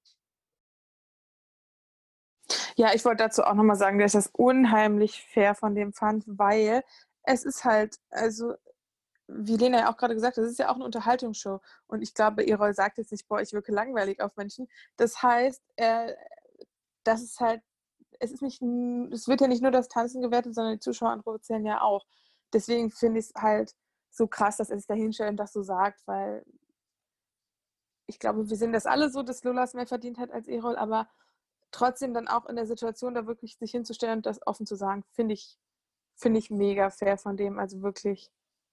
Ja, ich wollte dazu auch nochmal sagen, dass ich das unheimlich fair von dem fand, weil es ist halt, also wie Lena ja auch gerade gesagt hat, es ist ja auch eine Unterhaltungsshow. Und ich glaube, Erol sagt jetzt nicht, boah, ich wirke langweilig auf Menschen. Das heißt, äh, das ist halt, es ist nicht, es wird ja nicht nur das Tanzen gewertet, sondern die Zuschaueranrufe zählen ja auch. Deswegen finde ich es halt so krass, dass er sich da hinstellt und das so sagt, weil ich glaube, wir sehen das alle so, dass Lola es mehr verdient hat als Erol, aber trotzdem dann auch in der Situation, da wirklich sich hinzustellen und das offen zu sagen, finde ich, finde ich mega fair von dem, also wirklich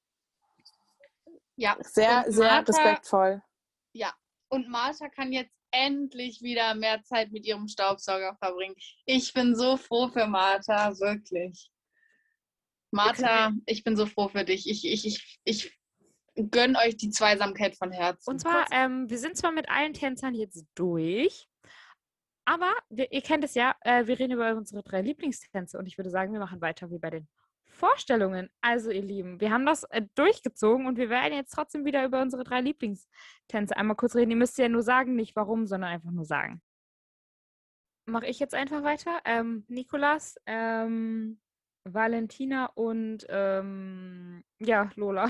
ja,
sehr, sehr
Martha,
respektvoll.
Ja, und Martha kann jetzt endlich wieder mehr Zeit mit ihrem Staubsauger verbringen. Ich bin so froh für Martha, wirklich. Martha, ich bin so froh für dich. Ich, ich, ich, ich gönne euch die Zweisamkeit von Herzen.
Und zwar, ähm, wir sind zwar mit allen Tänzern jetzt durch, aber wir, ihr kennt es ja, äh, wir reden über unsere drei Lieblingstänze und ich würde sagen, wir machen weiter wie bei den Vorstellungen. Also ihr Lieben, wir haben das äh, durchgezogen und wir werden jetzt trotzdem wieder über unsere drei Lieblingstänze einmal kurz reden. Ihr müsst ja nur sagen, nicht warum, sondern einfach nur sagen. Mache ich jetzt einfach weiter. Ähm, Nikolas, ähm, Valentina und ähm, ja, Lola.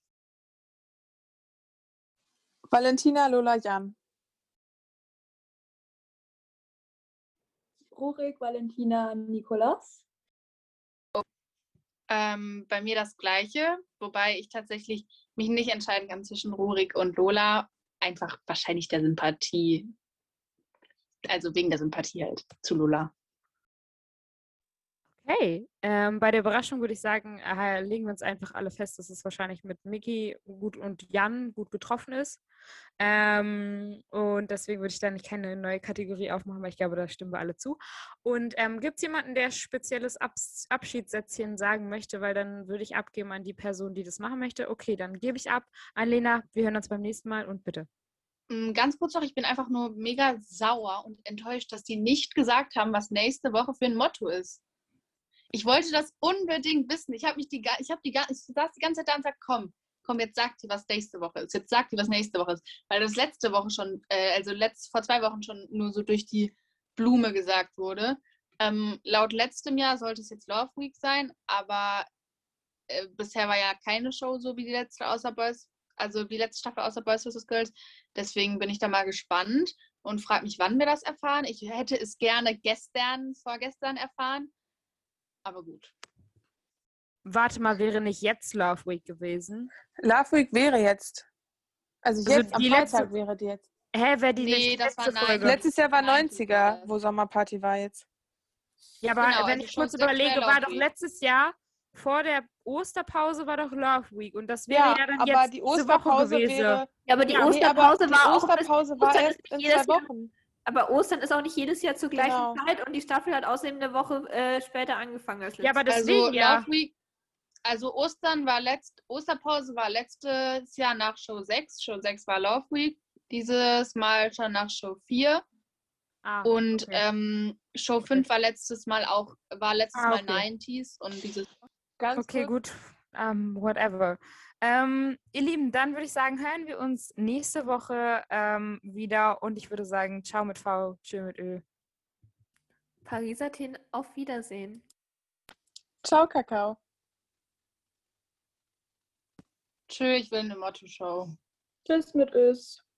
Valentina, Lola, Jan.
Rurik, Valentina, Nikolas.
Ähm, bei mir das Gleiche, wobei ich tatsächlich mich nicht entscheiden kann zwischen Rurik und Lola. Einfach wahrscheinlich der Sympathie. Also wegen der Sympathie halt zu Lola.
Okay, ähm, bei der Überraschung würde ich sagen, äh, legen wir uns einfach alle fest, dass es wahrscheinlich mit Miki gut und Jan gut getroffen ist. Ähm, und deswegen würde ich da nicht keine neue Kategorie aufmachen, weil ich glaube, da stimmen wir alle zu. Und ähm, gibt es jemanden, der spezielles Abs- Abschiedssätzchen sagen möchte, weil dann würde ich abgeben an die Person, die das machen möchte. Okay, dann gebe ich ab an Lena. Wir hören uns beim nächsten Mal und bitte.
Ganz kurz noch, ich bin einfach nur mega sauer und enttäuscht, dass die nicht gesagt haben, was nächste Woche für ein Motto ist. Ich wollte das unbedingt wissen. Ich habe mich die, ich habe die, ich saß die ganze Zeit da und gesagt, komm, komm, jetzt sag dir, was nächste Woche ist. Jetzt sag dir, was nächste Woche ist. Weil das letzte Woche schon, äh, also letzt, vor zwei Wochen schon nur so durch die Blume gesagt wurde. Ähm, laut letztem Jahr sollte es jetzt Love Week sein, aber äh, bisher war ja keine Show so wie die letzte außer Boys, also die letzte Staffel außer Boys versus. Girls. Deswegen bin ich da mal gespannt und frage mich, wann wir das erfahren. Ich hätte es gerne gestern, vorgestern erfahren. Aber gut.
Warte mal, wäre nicht jetzt Love Week gewesen?
Love Week wäre jetzt. Also jetzt,
Also
am
die
Freitag
letzte-
wäre die jetzt.
Hä, wäre die
Nee,
nicht die
das war
letzte
nein.
Folge?
Letztes Jahr war
neunziger
neunziger,
war
wo Sommerparty war jetzt.
Ja, aber
Genau,
wenn
also
ich
schon
kurz
sechs
überlege,
wäre
war
Love
doch
Week.
letztes Jahr vor der Osterpause war doch Love Week und das wäre ja,
Ja,
dann
aber
jetzt
die
diese Woche
Osterpause
gewesen.
wäre.
Ja, aber die
Ja,
Nee, aber
Osterpause
die
war auch ein bisschen-
Osterpause war
Ostern
erst
ist
in
nicht jedes
zwei
Jahr-
Wochen.
Aber Ostern ist auch nicht jedes Jahr zur gleichen
Genau.
Zeit und die Staffel hat außerdem eine Woche äh, später angefangen als letztes
Ja, aber
Jahr.
deswegen
Also
ja.
Love Week, also Ostern war letzt, Osterpause war letztes Jahr nach Show sechs. Show sechs war Love Week. Dieses Mal schon nach Show vier.
Ah,
Und
okay.
ähm, Show fünf war letztes Mal auch, war letztes
Ah,
Mal
okay.
neunziger und dieses
Ganz
Okay,
kurz.
gut. Ähm, whatever. Ähm, ihr Lieben, dann würde ich sagen, hören wir uns nächste Woche ähm, wieder und ich würde sagen, ciao mit V, tschö mit Ö.
Pariser Tee, auf Wiedersehen.
Ciao, Kakao.
Tschö, ich will eine Motto-Show.
Tschüss mit Ös.